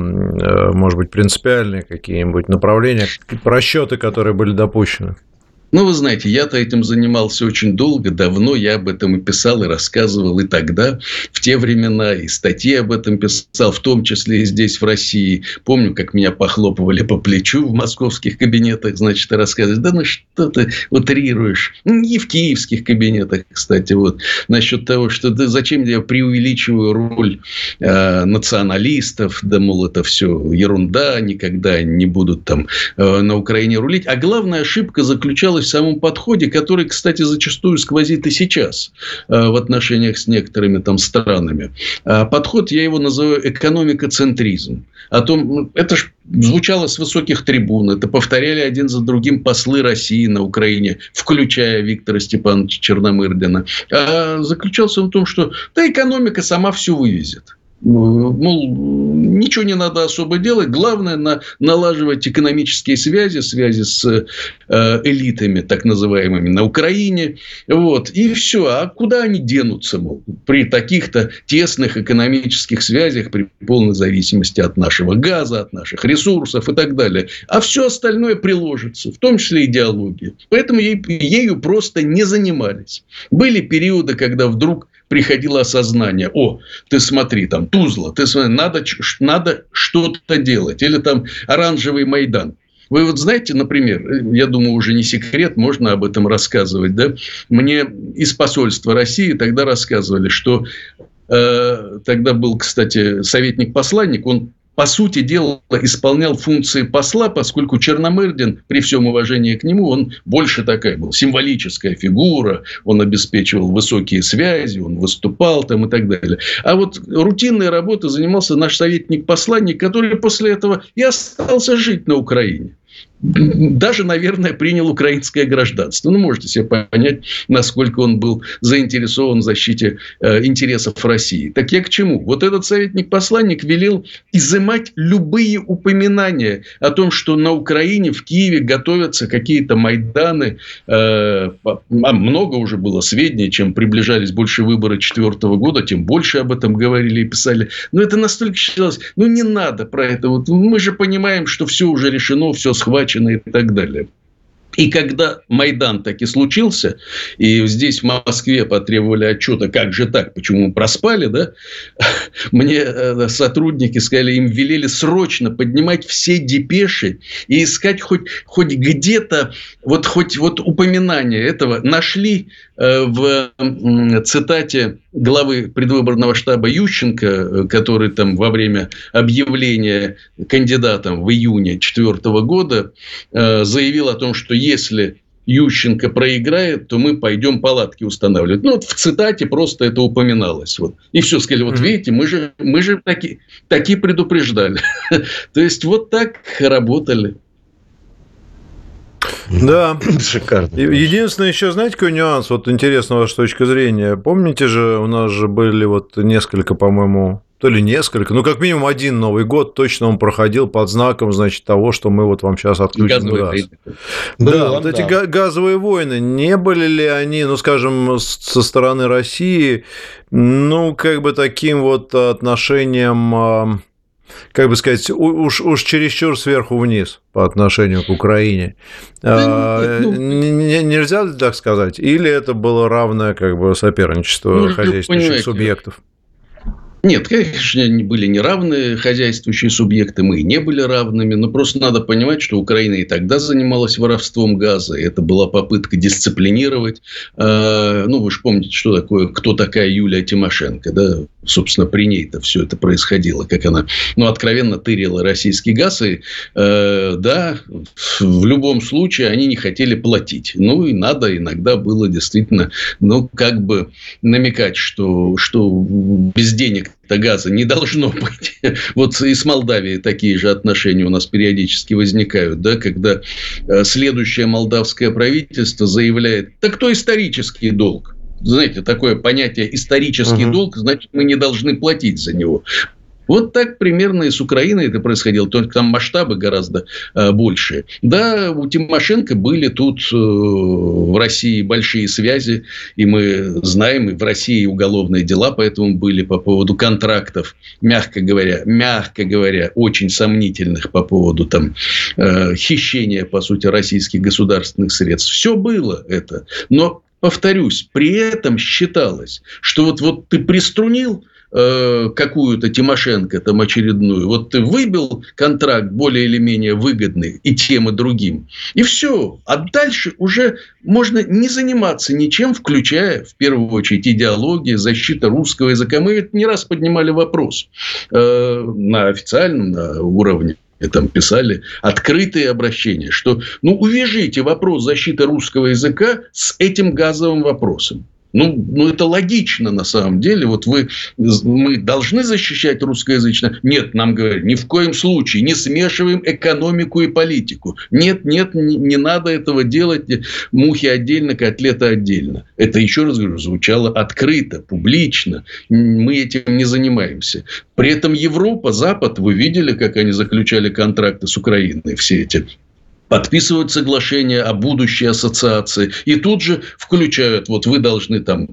может быть, принципиальные какие-нибудь направления, расчеты, которые были допущены? Ну, вы знаете, я-то этим занимался очень долго, давно, я об этом и писал, и рассказывал и тогда, в те времена, и статьи об этом писал, в том числе и здесь, в России. Помню, как меня похлопывали по плечу в московских кабинетах, значит, и рассказывали, да ну что ты утрируешь. И в киевских кабинетах, кстати, вот, насчет того, что да зачем я преувеличиваю роль э, националистов, да, мол, это все ерунда, никогда не будут там э, на Украине рулить. А главная ошибка заключалась в самом подходе, который, кстати, зачастую сквозит и сейчас в отношениях с некоторыми там странами. Подход, я его называю экономикоцентризм. О том, это ж звучало с высоких трибун, это повторяли один за другим послы России на Украине, включая Виктора Степановича Черномырдина. А заключался он в том, что да, экономика сама все вывезет. Мол, ничего не надо особо делать. Главное на, налаживать экономические связи, связи с э, элитами, так называемыми, на Украине. Вот, и все. А куда они денутся, мол, при таких-то тесных экономических связях, при полной зависимости от нашего газа, от наших ресурсов и так далее. А все остальное приложится, в том числе идеология. Поэтому ей, ею просто не занимались. Были периоды, когда вдруг приходило осознание: о, ты смотри, там Тузла, ты смотри, надо, надо что-то делать. Или там оранжевый Майдан. Вы вот знаете, например, я думаю, уже не секрет, можно об этом рассказывать, да? Мне из посольства России тогда рассказывали, что э, тогда был, кстати, советник-посланник, он, по сути дела, исполнял функции посла, поскольку Черномырдин, при всем уважении к нему, он больше такая был символическая фигура, он обеспечивал высокие связи, он выступал там и так далее. А вот рутинной работой занимался наш советник-посланник, который после этого и остался жить на Украине. Даже, наверное, принял украинское гражданство. Ну, можете себе понять, насколько он был заинтересован в защите э, интересов России. Так я к чему? Вот этот советник-посланник велел изымать любые упоминания о том, что на Украине, в Киеве готовятся какие-то майданы. Э, а много уже было сведений, чем приближались больше выборы две тысячи четвёртого года, тем больше об этом говорили и писали. Но это настолько считалось, ну, не надо про это. Вот мы же понимаем, что все уже решено, все схвачено и так далее. И когда Майдан таки случился, и здесь в Москве потребовали отчета, как же так, почему мы проспали, да? Мне сотрудники сказали, им велели срочно поднимать все депеши и искать хоть, хоть где-то, вот хоть вот упоминание этого. Нашли в цитате главы предвыборного штаба Ющенко, который там во время объявления кандидатом в июне две тысячи четвёртого года заявил о том, что если Ющенко проиграет, то мы пойдем палатки устанавливать. Ну, вот в цитате просто это упоминалось. Вот. И все сказали, вот видите, мы же, мы же таки, таки предупреждали. То есть, вот так работали. Да, шикарно. Единственное, еще, знаете, какой нюанс, вот интересно ваша точка зрения. Помните же, у нас же были вот несколько, по-моему, то ли несколько, ну, как минимум один Новый год точно он проходил под знаком, значит, того, что мы вот вам сейчас отключим газ. Да, да, вот да. Эти газовые войны, не были ли они, ну, скажем, со стороны России, ну, как бы таким вот отношением... как бы сказать, уж, уж чересчур сверху вниз по отношению к Украине. Да, ну, нельзя ли так сказать? Или это было равное как бы соперничество ну, хозяйствующих субъектов? Нет, конечно, они были неравные хозяйствующие субъекты, мы и не были равными, но просто надо понимать, что Украина и тогда занималась воровством газа, это была попытка дисциплинировать, э, ну, вы же помните, что такое, кто такая Юлия Тимошенко, да, собственно, при ней-то все это происходило, как она, ну, откровенно тырила российский газ, и, э, да, в любом случае они не хотели платить, ну, и надо иногда было действительно, ну, как бы намекать, что, что без денег газа не должно быть. Вот и с Молдавией такие же отношения у нас периодически возникают, да, когда следующее молдавское правительство заявляет, так кто исторический долг? Знаете, такое понятие исторический uh-huh. долг, значит, мы не должны платить за него. Вот так примерно и с Украиной это происходило, только там масштабы гораздо э, большие. Да, у Тимошенко были тут э, в России большие связи, и мы знаем, и в России уголовные дела поэтому были по поводу контрактов, мягко говоря, мягко говоря, очень сомнительных по поводу там э, хищения, по сути, российских государственных средств. Все было это, но, повторюсь, при этом считалось, что вот, вот ты приструнил какую-то Тимошенко там очередную, вот ты выбил контракт более или менее выгодный и тем, и другим, и все. А дальше уже можно не заниматься ничем, включая, в первую очередь, идеологию, защита русского языка. Мы ведь не раз поднимали вопрос э, на официальном на уровне. И там писали открытые обращения, что ну, увяжите вопрос защиты русского языка с этим газовым вопросом. Ну, ну, это логично на самом деле. Вот вы, мы должны защищать русскоязычное. Нет, нам говорят, ни в коем случае не смешиваем экономику и политику. Нет, нет, не, не надо этого делать. Мухи отдельно, котлеты отдельно. Это, еще раз говорю, звучало открыто, публично. Мы этим не занимаемся. При этом Европа, Запад, вы видели, как они заключали контракты с Украиной, все эти... подписывают соглашение о будущей ассоциации и тут же включают, вот вы должны там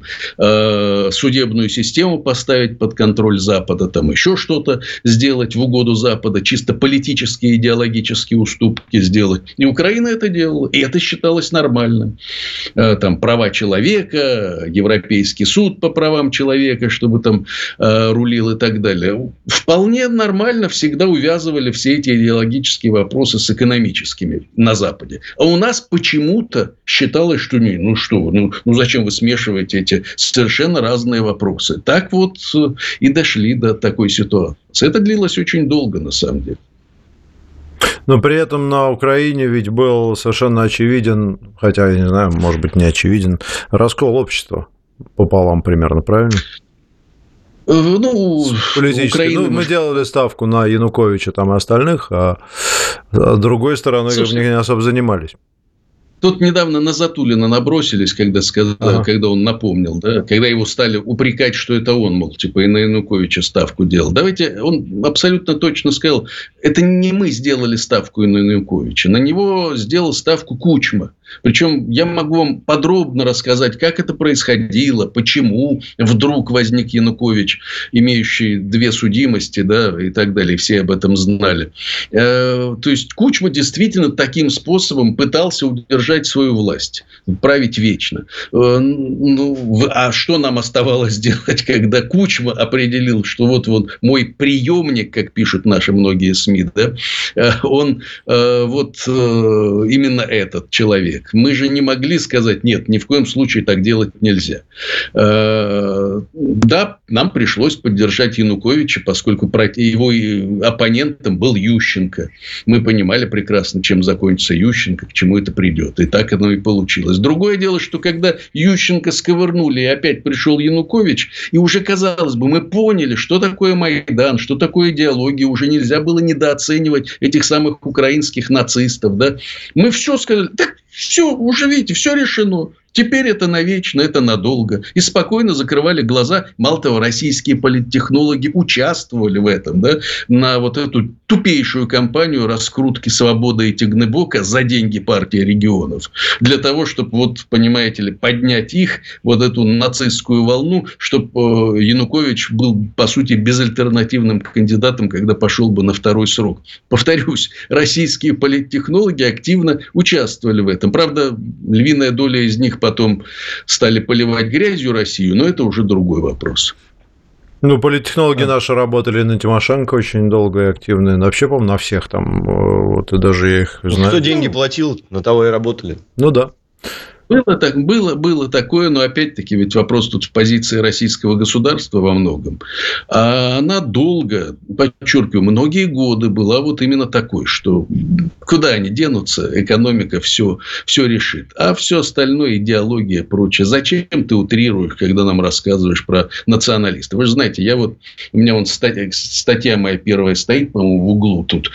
э, судебную систему поставить под контроль Запада, там еще что-то сделать в угоду Запада, чисто политические, идеологические уступки сделать. И Украина это делала, и это считалось нормальным. Э, там права человека, Европейский суд по правам человека, чтобы там э, рулил и так далее. Вполне нормально всегда увязывали все эти идеологические вопросы с экономическими на Западе. А у нас почему-то считалось, что не, ну что, ну, ну зачем вы смешиваете эти совершенно разные вопросы. Так вот и дошли до такой ситуации. Это длилось очень долго, на самом деле. Но при этом на Украине ведь был совершенно очевиден, хотя, я не знаю, может быть, не очевиден, раскол общества пополам примерно, правильно? Ну, Украина... ну, мы делали ставку на Януковича там и остальных, а с другой стороны, Слушай, не особо занимались. Тут недавно на Затулина набросились, когда, сказал, ага. когда он напомнил, да, когда его стали упрекать, что это он, мол, типа и на Януковича ставку делал. Давайте, он абсолютно точно сказал, это не мы сделали ставку и на Януковича, на него сделал ставку Кучма. Причем я могу вам подробно рассказать, как это происходило, почему вдруг возник Янукович, имеющий две судимости, да, и так далее, все об этом знали. То есть Кучма действительно таким способом пытался удержать свою власть, править вечно. Ну, а что нам оставалось делать, когда Кучма определил, что вот вот мой преемник, как пишут наши многие СМИ, да, он вот именно этот человек. Мы же не могли сказать, нет, ни в коем случае так делать нельзя. Да, нам пришлось поддержать Януковича, поскольку его оппонентом был Ющенко. Мы понимали прекрасно, чем закончится Ющенко, к чему это придет. И так оно и получилось. Другое дело, что когда Ющенко сковырнули, и опять пришел Янукович, и уже, казалось бы, мы поняли, что такое Майдан, что такое идеология, уже нельзя было недооценивать этих самых украинских нацистов. Да? Мы все сказали, так все, уже видите, все решено. Теперь это навечно, это надолго. И спокойно закрывали глаза. Мало того, российские политтехнологи участвовали в этом, да, на вот эту тупейшую кампанию раскрутки «Свободы» и «Тягнебока» за деньги партии регионов. Для того, чтобы, вот, понимаете ли, поднять их, вот эту нацистскую волну, чтобы Янукович был, по сути, безальтернативным кандидатом, когда пошел бы на второй срок. Повторюсь, российские политтехнологи активно участвовали в этом. Правда, львиная доля из них потом стали поливать грязью Россию, но это уже другой вопрос. Ну, политтехнологи а. наши работали на Тимошенко очень долго и активно. Вообще, по-моему, на всех там. Вот, и даже я их знаю. Кто деньги платил, на того и работали. Ну, да. Было, так, было, было такое, но опять-таки ведь вопрос тут в позиции российского государства во многом. А она долго, подчеркиваю, многие годы была вот именно такой, что куда они денутся, экономика все, все решит. А все остальное, идеология, прочее. Зачем ты утрируешь, когда нам рассказываешь про националистов? Вы же знаете, я вот, у меня вон статья, статья моя первая стоит, по-моему, в углу тут.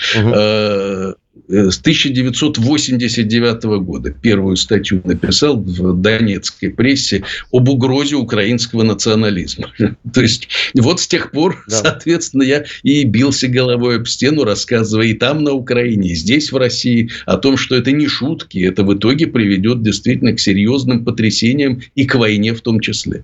Угу. С тысяча девятьсот восемьдесят девятого года первую статью написал в донецкой прессе об угрозе украинского национализма. То есть, вот с тех пор, да. соответственно, я и бился головой об стену, рассказывая и там на Украине, и здесь в России о том, что это не шутки, это в итоге приведет действительно к серьезным потрясениям и к войне в том числе.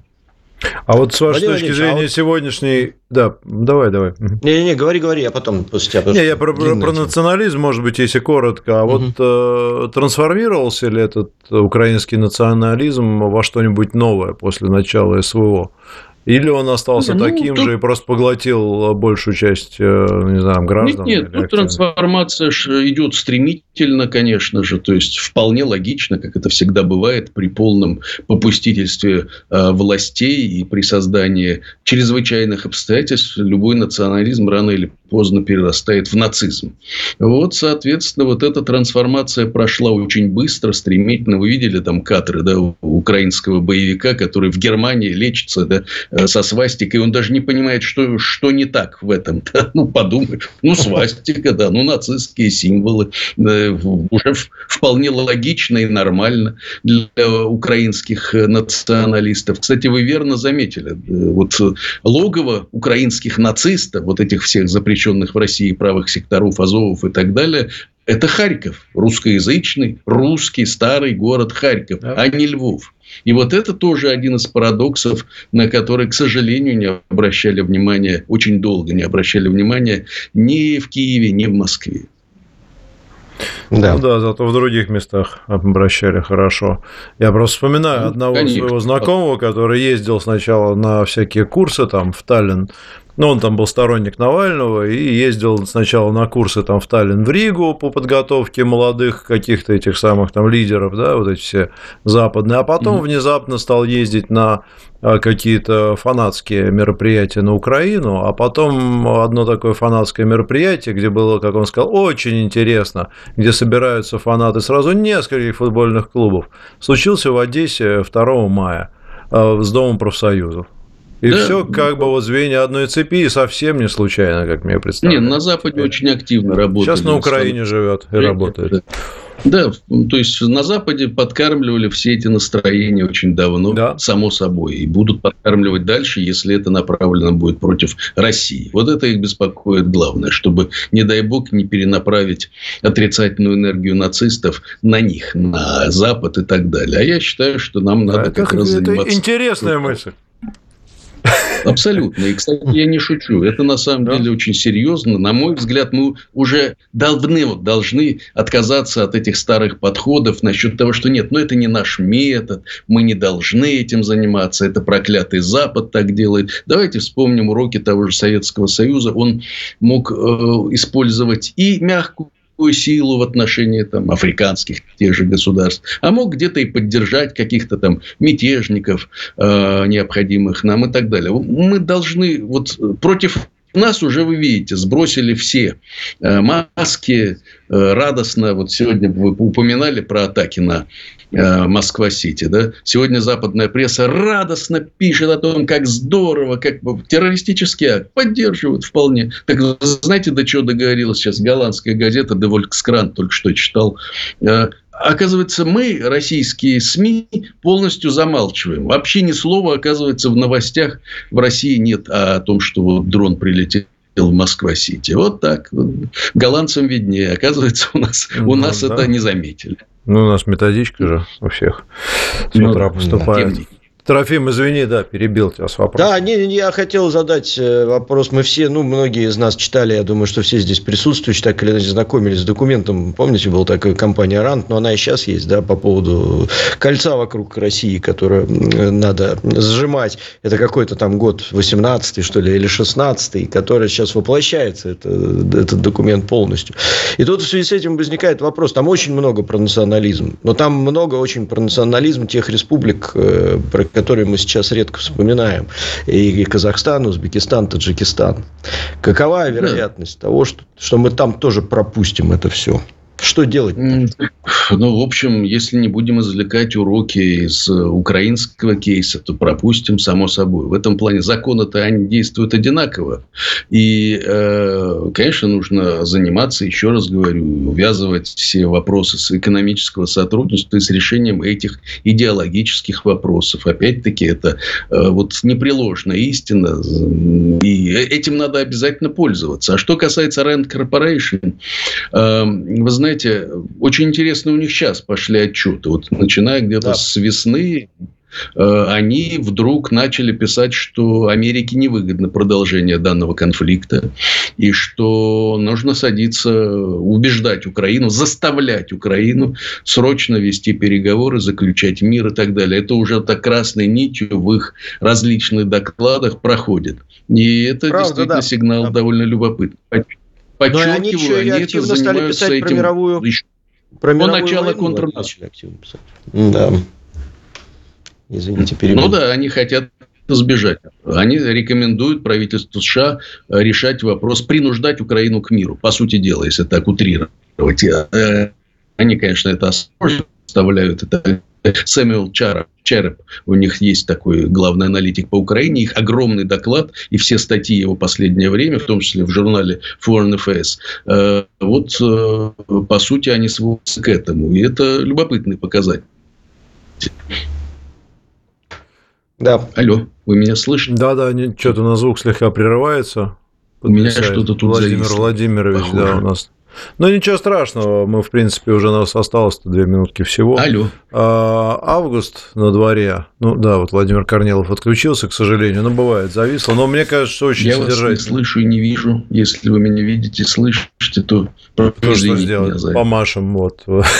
А вот с вашей Владимир точки зрения а вот... сегодняшней... Да, давай, давай. Не-не-не, говори, говори, я потом после тебя... Не, я про, про, про национализм, может быть, если коротко. А угу. вот э, трансформировался ли этот украинский национализм во что-нибудь новое после начала СВО? Или он остался ну, таким тут... же и просто поглотил большую часть, не знаю, граждан? Нет, нет, тут трансформация идет стремительно, конечно же, то есть вполне логично, как это всегда бывает при полном попустительстве э, властей и при создании чрезвычайных обстоятельств, любой национализм рано или поздно перерастает в нацизм. Вот, соответственно, вот эта трансформация прошла очень быстро, стремительно. Вы видели там кадры, да, украинского боевика, который в Германии лечится, да, со свастикой, он даже не понимает, что, что не так в этом. Да? Ну, подумаешь, ну, свастика, да, ну, нацистские символы. Да, уже вполне логично и нормально для украинских националистов. Кстати, вы верно заметили, вот логово украинских нацистов, вот этих всех запрещенных в России правых секторов, Азовов и так далее, это Харьков, русскоязычный, русский старый город Харьков, да. а не Львов. И вот это тоже один из парадоксов, на который, к сожалению, не обращали внимания, очень долго не обращали внимания ни в Киеве, ни в Москве. Да. Ну да, зато в других местах обращали хорошо. Я просто вспоминаю ну, одного конечно. своего знакомого, который ездил сначала на всякие курсы там в Таллин. Ну, он там был сторонник Навального и ездил сначала на курсы там в Таллин, в Ригу по подготовке молодых каких-то этих самых там лидеров, да, вот эти все западные, а потом mm-hmm. внезапно стал ездить на какие-то фанатские мероприятия на Украину, а потом одно такое фанатское мероприятие, где было, как он сказал, очень интересно, где собираются фанаты сразу нескольких футбольных клубов, случился в Одессе второго мая с Домом профсоюзов. И да. все как бы вот звенья одной цепи, и совсем не случайно, как мне представляется. Нет, на Западе очень активно работает. Сейчас на Украине живет и работает. Да, то есть на Западе подкармливали все эти настроения очень давно, да. само собой, и будут подкармливать дальше, если это направлено будет против России. Вот это их беспокоит главное, чтобы, не дай бог, не перенаправить отрицательную энергию нацистов на них, на Запад и так далее. А я считаю, что нам надо это, как раз это заниматься... Это интересная мысль. Абсолютно. И, кстати, я не шучу. Это на самом да. деле очень серьезно. На мой взгляд, мы уже должны, вот, должны отказаться от этих старых подходов насчет того, что нет, ну это не наш метод, мы не должны этим заниматься, это проклятый Запад так делает. Давайте вспомним уроки того же Советского Союза. Он мог э, использовать и мягкую силу в отношении там, африканских тех же государств, а мог где-то и поддержать каких-то там мятежников, э, необходимых нам и так далее. Мы должны, вот против нас уже, вы видите, сбросили все э, маски, э, радостно, вот сегодня вы упоминали про атаки на э, Москва-Сити, да? Сегодня западная пресса радостно пишет о том, как здорово, как террористический акт, поддерживают вполне. Так знаете, до чего договорилась сейчас голландская газета «Де Волкскрант», только что читал, э, оказывается, мы, российские СМИ, полностью замалчиваем. Вообще ни слова, оказывается, в новостях в России нет о том, что вот дрон прилетел в Москва-Сити. Вот так. Голландцам виднее. Оказывается, у нас, ну, у нас да. это не заметили. Ну, у нас методичка же у всех с утра ну, поступает. Трофим, извини, да, перебил тебя с вопросом. Да, не, я хотел задать вопрос. Мы все, ну, многие из нас читали, я думаю, что все здесь присутствующие так или иначе знакомились с документом. Помните, была такая компания РАНД, но она и сейчас есть, да, по поводу кольца вокруг России, которое надо сжимать. Это какой-то там год восемнадцатый, что ли, или шестнадцатый, который сейчас воплощается, это, этот документ полностью. И тут в связи с этим возникает вопрос. Там очень много про национализм, но там много очень про национализм тех республик, про которые мы сейчас редко вспоминаем. И Казахстан, Узбекистан, Таджикистан. Какова вероятность да. того, что, что мы там тоже пропустим это все? Что делать? Ну, в общем, если не будем извлекать уроки из украинского кейса, то пропустим, само собой. В этом плане законы-то они действуют одинаково. И, э, конечно, нужно заниматься, еще раз говорю, увязывать все вопросы с экономического сотрудничества и с решением этих идеологических вопросов. Опять-таки, это э, вот непреложная истина. И этим надо обязательно пользоваться. А что касается Rand Corporation, э, вы знаете, знаете, очень интересно у них сейчас пошли отчеты. Вот начиная где-то да. с весны, э, они вдруг начали писать, что Америке невыгодно продолжение данного конфликта. И что нужно садиться, убеждать Украину, заставлять Украину срочно вести переговоры, заключать мир и так далее. Это уже так красной нитью в их различных докладах проходит. И это Правда, действительно да. сигнал да. довольно любопытный. Подчеркиваю, они, еще они это занимаются этим. Про мировую, про мировую начала контрнаступления. Да. Извините, перебил. Ну да, они хотят сбежать. Они рекомендуют правительству США решать вопрос, принуждать Украину к миру. По сути дела, если так утрировать. Они, конечно, это оставляют. Это Сэмюэл Чарап. Череп, у них есть такой главный аналитик по Украине, их огромный доклад и все статьи его последнее время, в том числе в журнале Foreign Affairs, э, вот э, по сути они сводятся к этому. И это любопытный показатель. Да. Алло, вы меня слышите? Да-да, что-то на звук слегка прерывается. У меня что-то тут Владимир зависло. Владимирович, Похоже. да, у нас. Ну, ничего страшного, мы, в принципе, уже у нас осталось-то две минутки всего. Алло. А, август на дворе. Ну, да, вот Владимир Корнилов отключился, к сожалению, но бывает, зависло. Но мне кажется, что очень Я содержательно. Я вас не слышу и не вижу. Если вы меня видите, слышите, то что сделать? Помашем. Вот.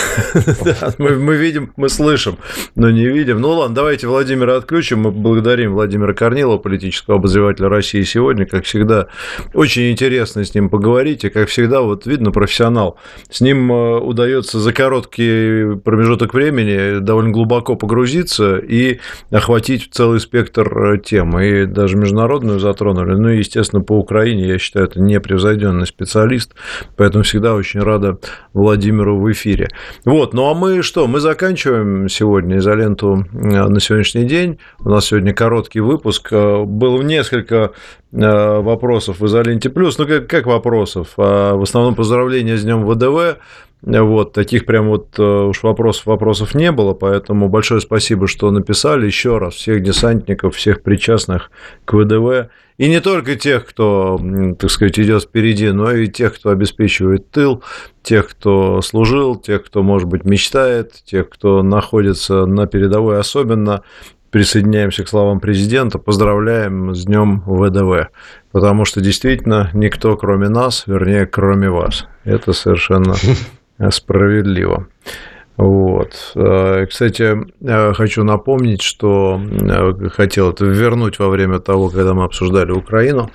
мы, мы видим, мы слышим, но не видим. Ну, ладно, давайте Владимира отключим. Мы благодарим Владимира Корнилова, политического обозревателя России сегодня. Как всегда, очень интересно с ним поговорить. И, как всегда, вот видно, профессионал. С ним удается за короткий промежуток времени довольно глубоко погрузиться и охватить целый спектр тем. И даже международную затронули. Ну и, естественно, по Украине, я считаю, это непревзойденный специалист. Поэтому всегда очень рада Владимиру в эфире. Вот, ну а мы что? Мы заканчиваем сегодня изоленту на сегодняшний день. У нас сегодня короткий выпуск. Было несколько вопросов в изоленте плюс. Ну, как, как вопросов? В основном поздравления с Днем ВДВ. Вот, таких прям вот уж вопросов, вопросов не было, поэтому большое спасибо, что написали. Еще раз всех десантников, всех причастных к ВДВ. И не только тех, кто, так сказать, идет впереди, но и тех, кто обеспечивает тыл, тех, кто служил, тех, кто, может быть, мечтает, тех, кто находится на передовой особенно. Присоединяемся к словам президента, поздравляем с Днем ВДВ, потому что действительно никто, кроме нас, вернее, кроме вас. Это совершенно справедливо. Вот. Кстати, хочу напомнить, что хотел это вернуть во время того, когда мы обсуждали Украину.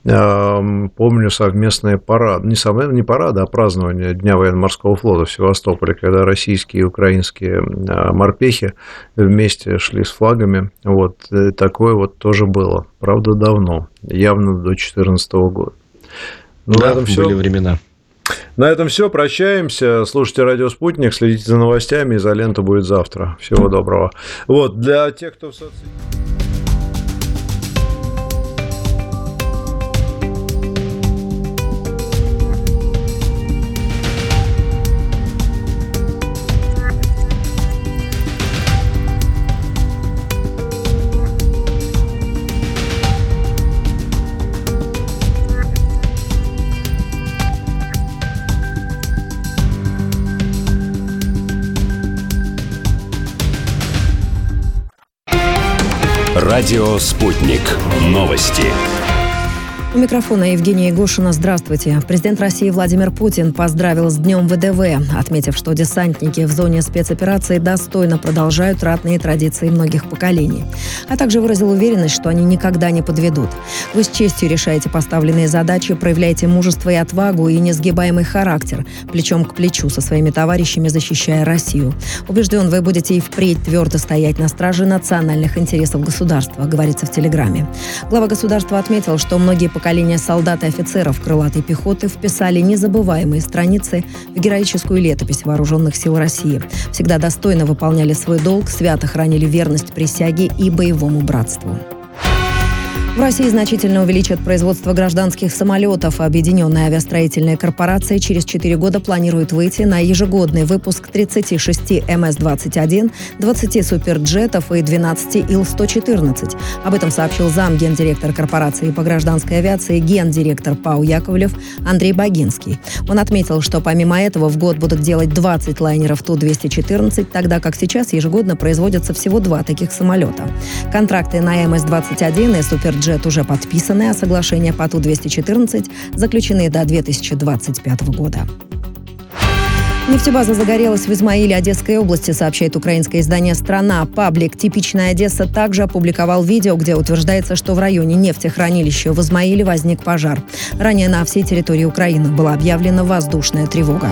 Помню совместные парады, не, совместные, не парады, а празднование Дня военно-морского флота в Севастополе, когда российские и украинские морпехи вместе шли с флагами. Вот. Такое вот тоже было. Правда, давно. Явно до две тысячи четырнадцатого года. Ну, да, были все. времена. На этом все. Прощаемся. Слушайте «Радио Спутник», следите за новостями. Изолента будет завтра. Всего доброго. Вот, для тех, кто в соцсетях... Радио «Спутник». Новости. У микрофона Евгения Егошина. Здравствуйте. Президент России Владимир Путин поздравил с Днем ВДВ, отметив, что десантники в зоне спецоперации достойно продолжают ратные традиции многих поколений. А также выразил уверенность, что они никогда не подведут. Вы с честью решаете поставленные задачи, проявляете мужество и отвагу и несгибаемый характер, плечом к плечу со своими товарищами защищая Россию. Убежден, вы будете и впредь твердо стоять на страже национальных интересов государства, говорится в телеграмме. Глава государства отметил, что многие поколения Поколения солдат и офицеров крылатой пехоты вписали незабываемые страницы в героическую летопись вооруженных сил России. Всегда достойно выполняли свой долг, свято хранили верность присяге и боевому братству. В России значительно увеличат производство гражданских самолетов. Объединенная авиастроительная корпорация через четыре года планирует выйти на ежегодный выпуск тридцати шести эм эс двадцать один, двадцати суперджетов и двенадцати ил сто четырнадцать. Об этом сообщил замгендиректор корпорации по гражданской авиации, гендиректор ПАО «Яковлев» Андрей Богинский. Он отметил, что помимо этого в год будут делать двадцать лайнеров Ту двести четырнадцать, тогда как сейчас ежегодно производятся всего два таких самолета. Контракты на эм эс двадцать один и суперджет Джет уже подписаны, а соглашения по Ту двести четырнадцать заключены до две тысячи двадцать пятого года. Нефтебаза загорелась в Измаиле Одесской области, сообщает украинское издание «Страна». Паблик «Типичная Одесса» также опубликовал видео, где утверждается, что в районе нефтехранилища в Измаиле возник пожар. Ранее на всей территории Украины была объявлена воздушная тревога.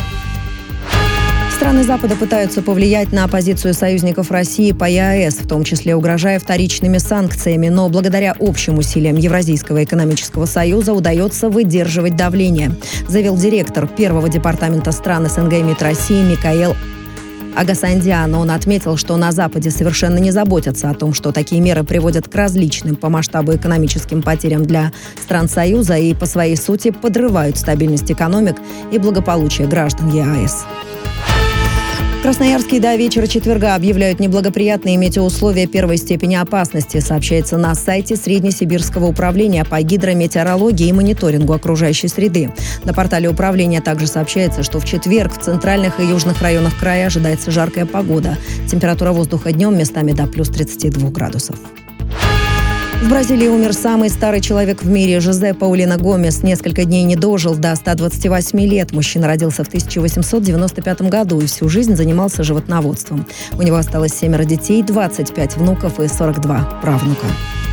Страны Запада пытаются повлиять на позицию союзников России по е а эс, в том числе угрожая вторичными санкциями, но благодаря общим усилиям Евразийского экономического союза удается выдерживать давление, заявил директор первого департамента стран эс эн гэ МИД России Микаэл Агасандян. Он отметил, что на Западе совершенно не заботятся о том, что такие меры приводят к различным по масштабу экономическим потерям для стран Союза и по своей сути подрывают стабильность экономик и благополучие граждан е а эс. В Красноярске до вечера четверга объявляют неблагоприятные метеоусловия первой степени опасности, сообщается на сайте Среднесибирского управления по гидрометеорологии и мониторингу окружающей среды. На портале управления также сообщается, что в четверг в центральных и южных районах края ожидается жаркая погода. Температура воздуха днем местами до плюс тридцати двух градусов. В Бразилии умер самый старый человек в мире. Жозе Паулино Гомес несколько дней не дожил до ста двадцати восьми лет. Мужчина родился в тысяча восемьсот девяносто пятом году и всю жизнь занимался животноводством. У него осталось семеро детей, двадцать пять внуков и сорок два правнука.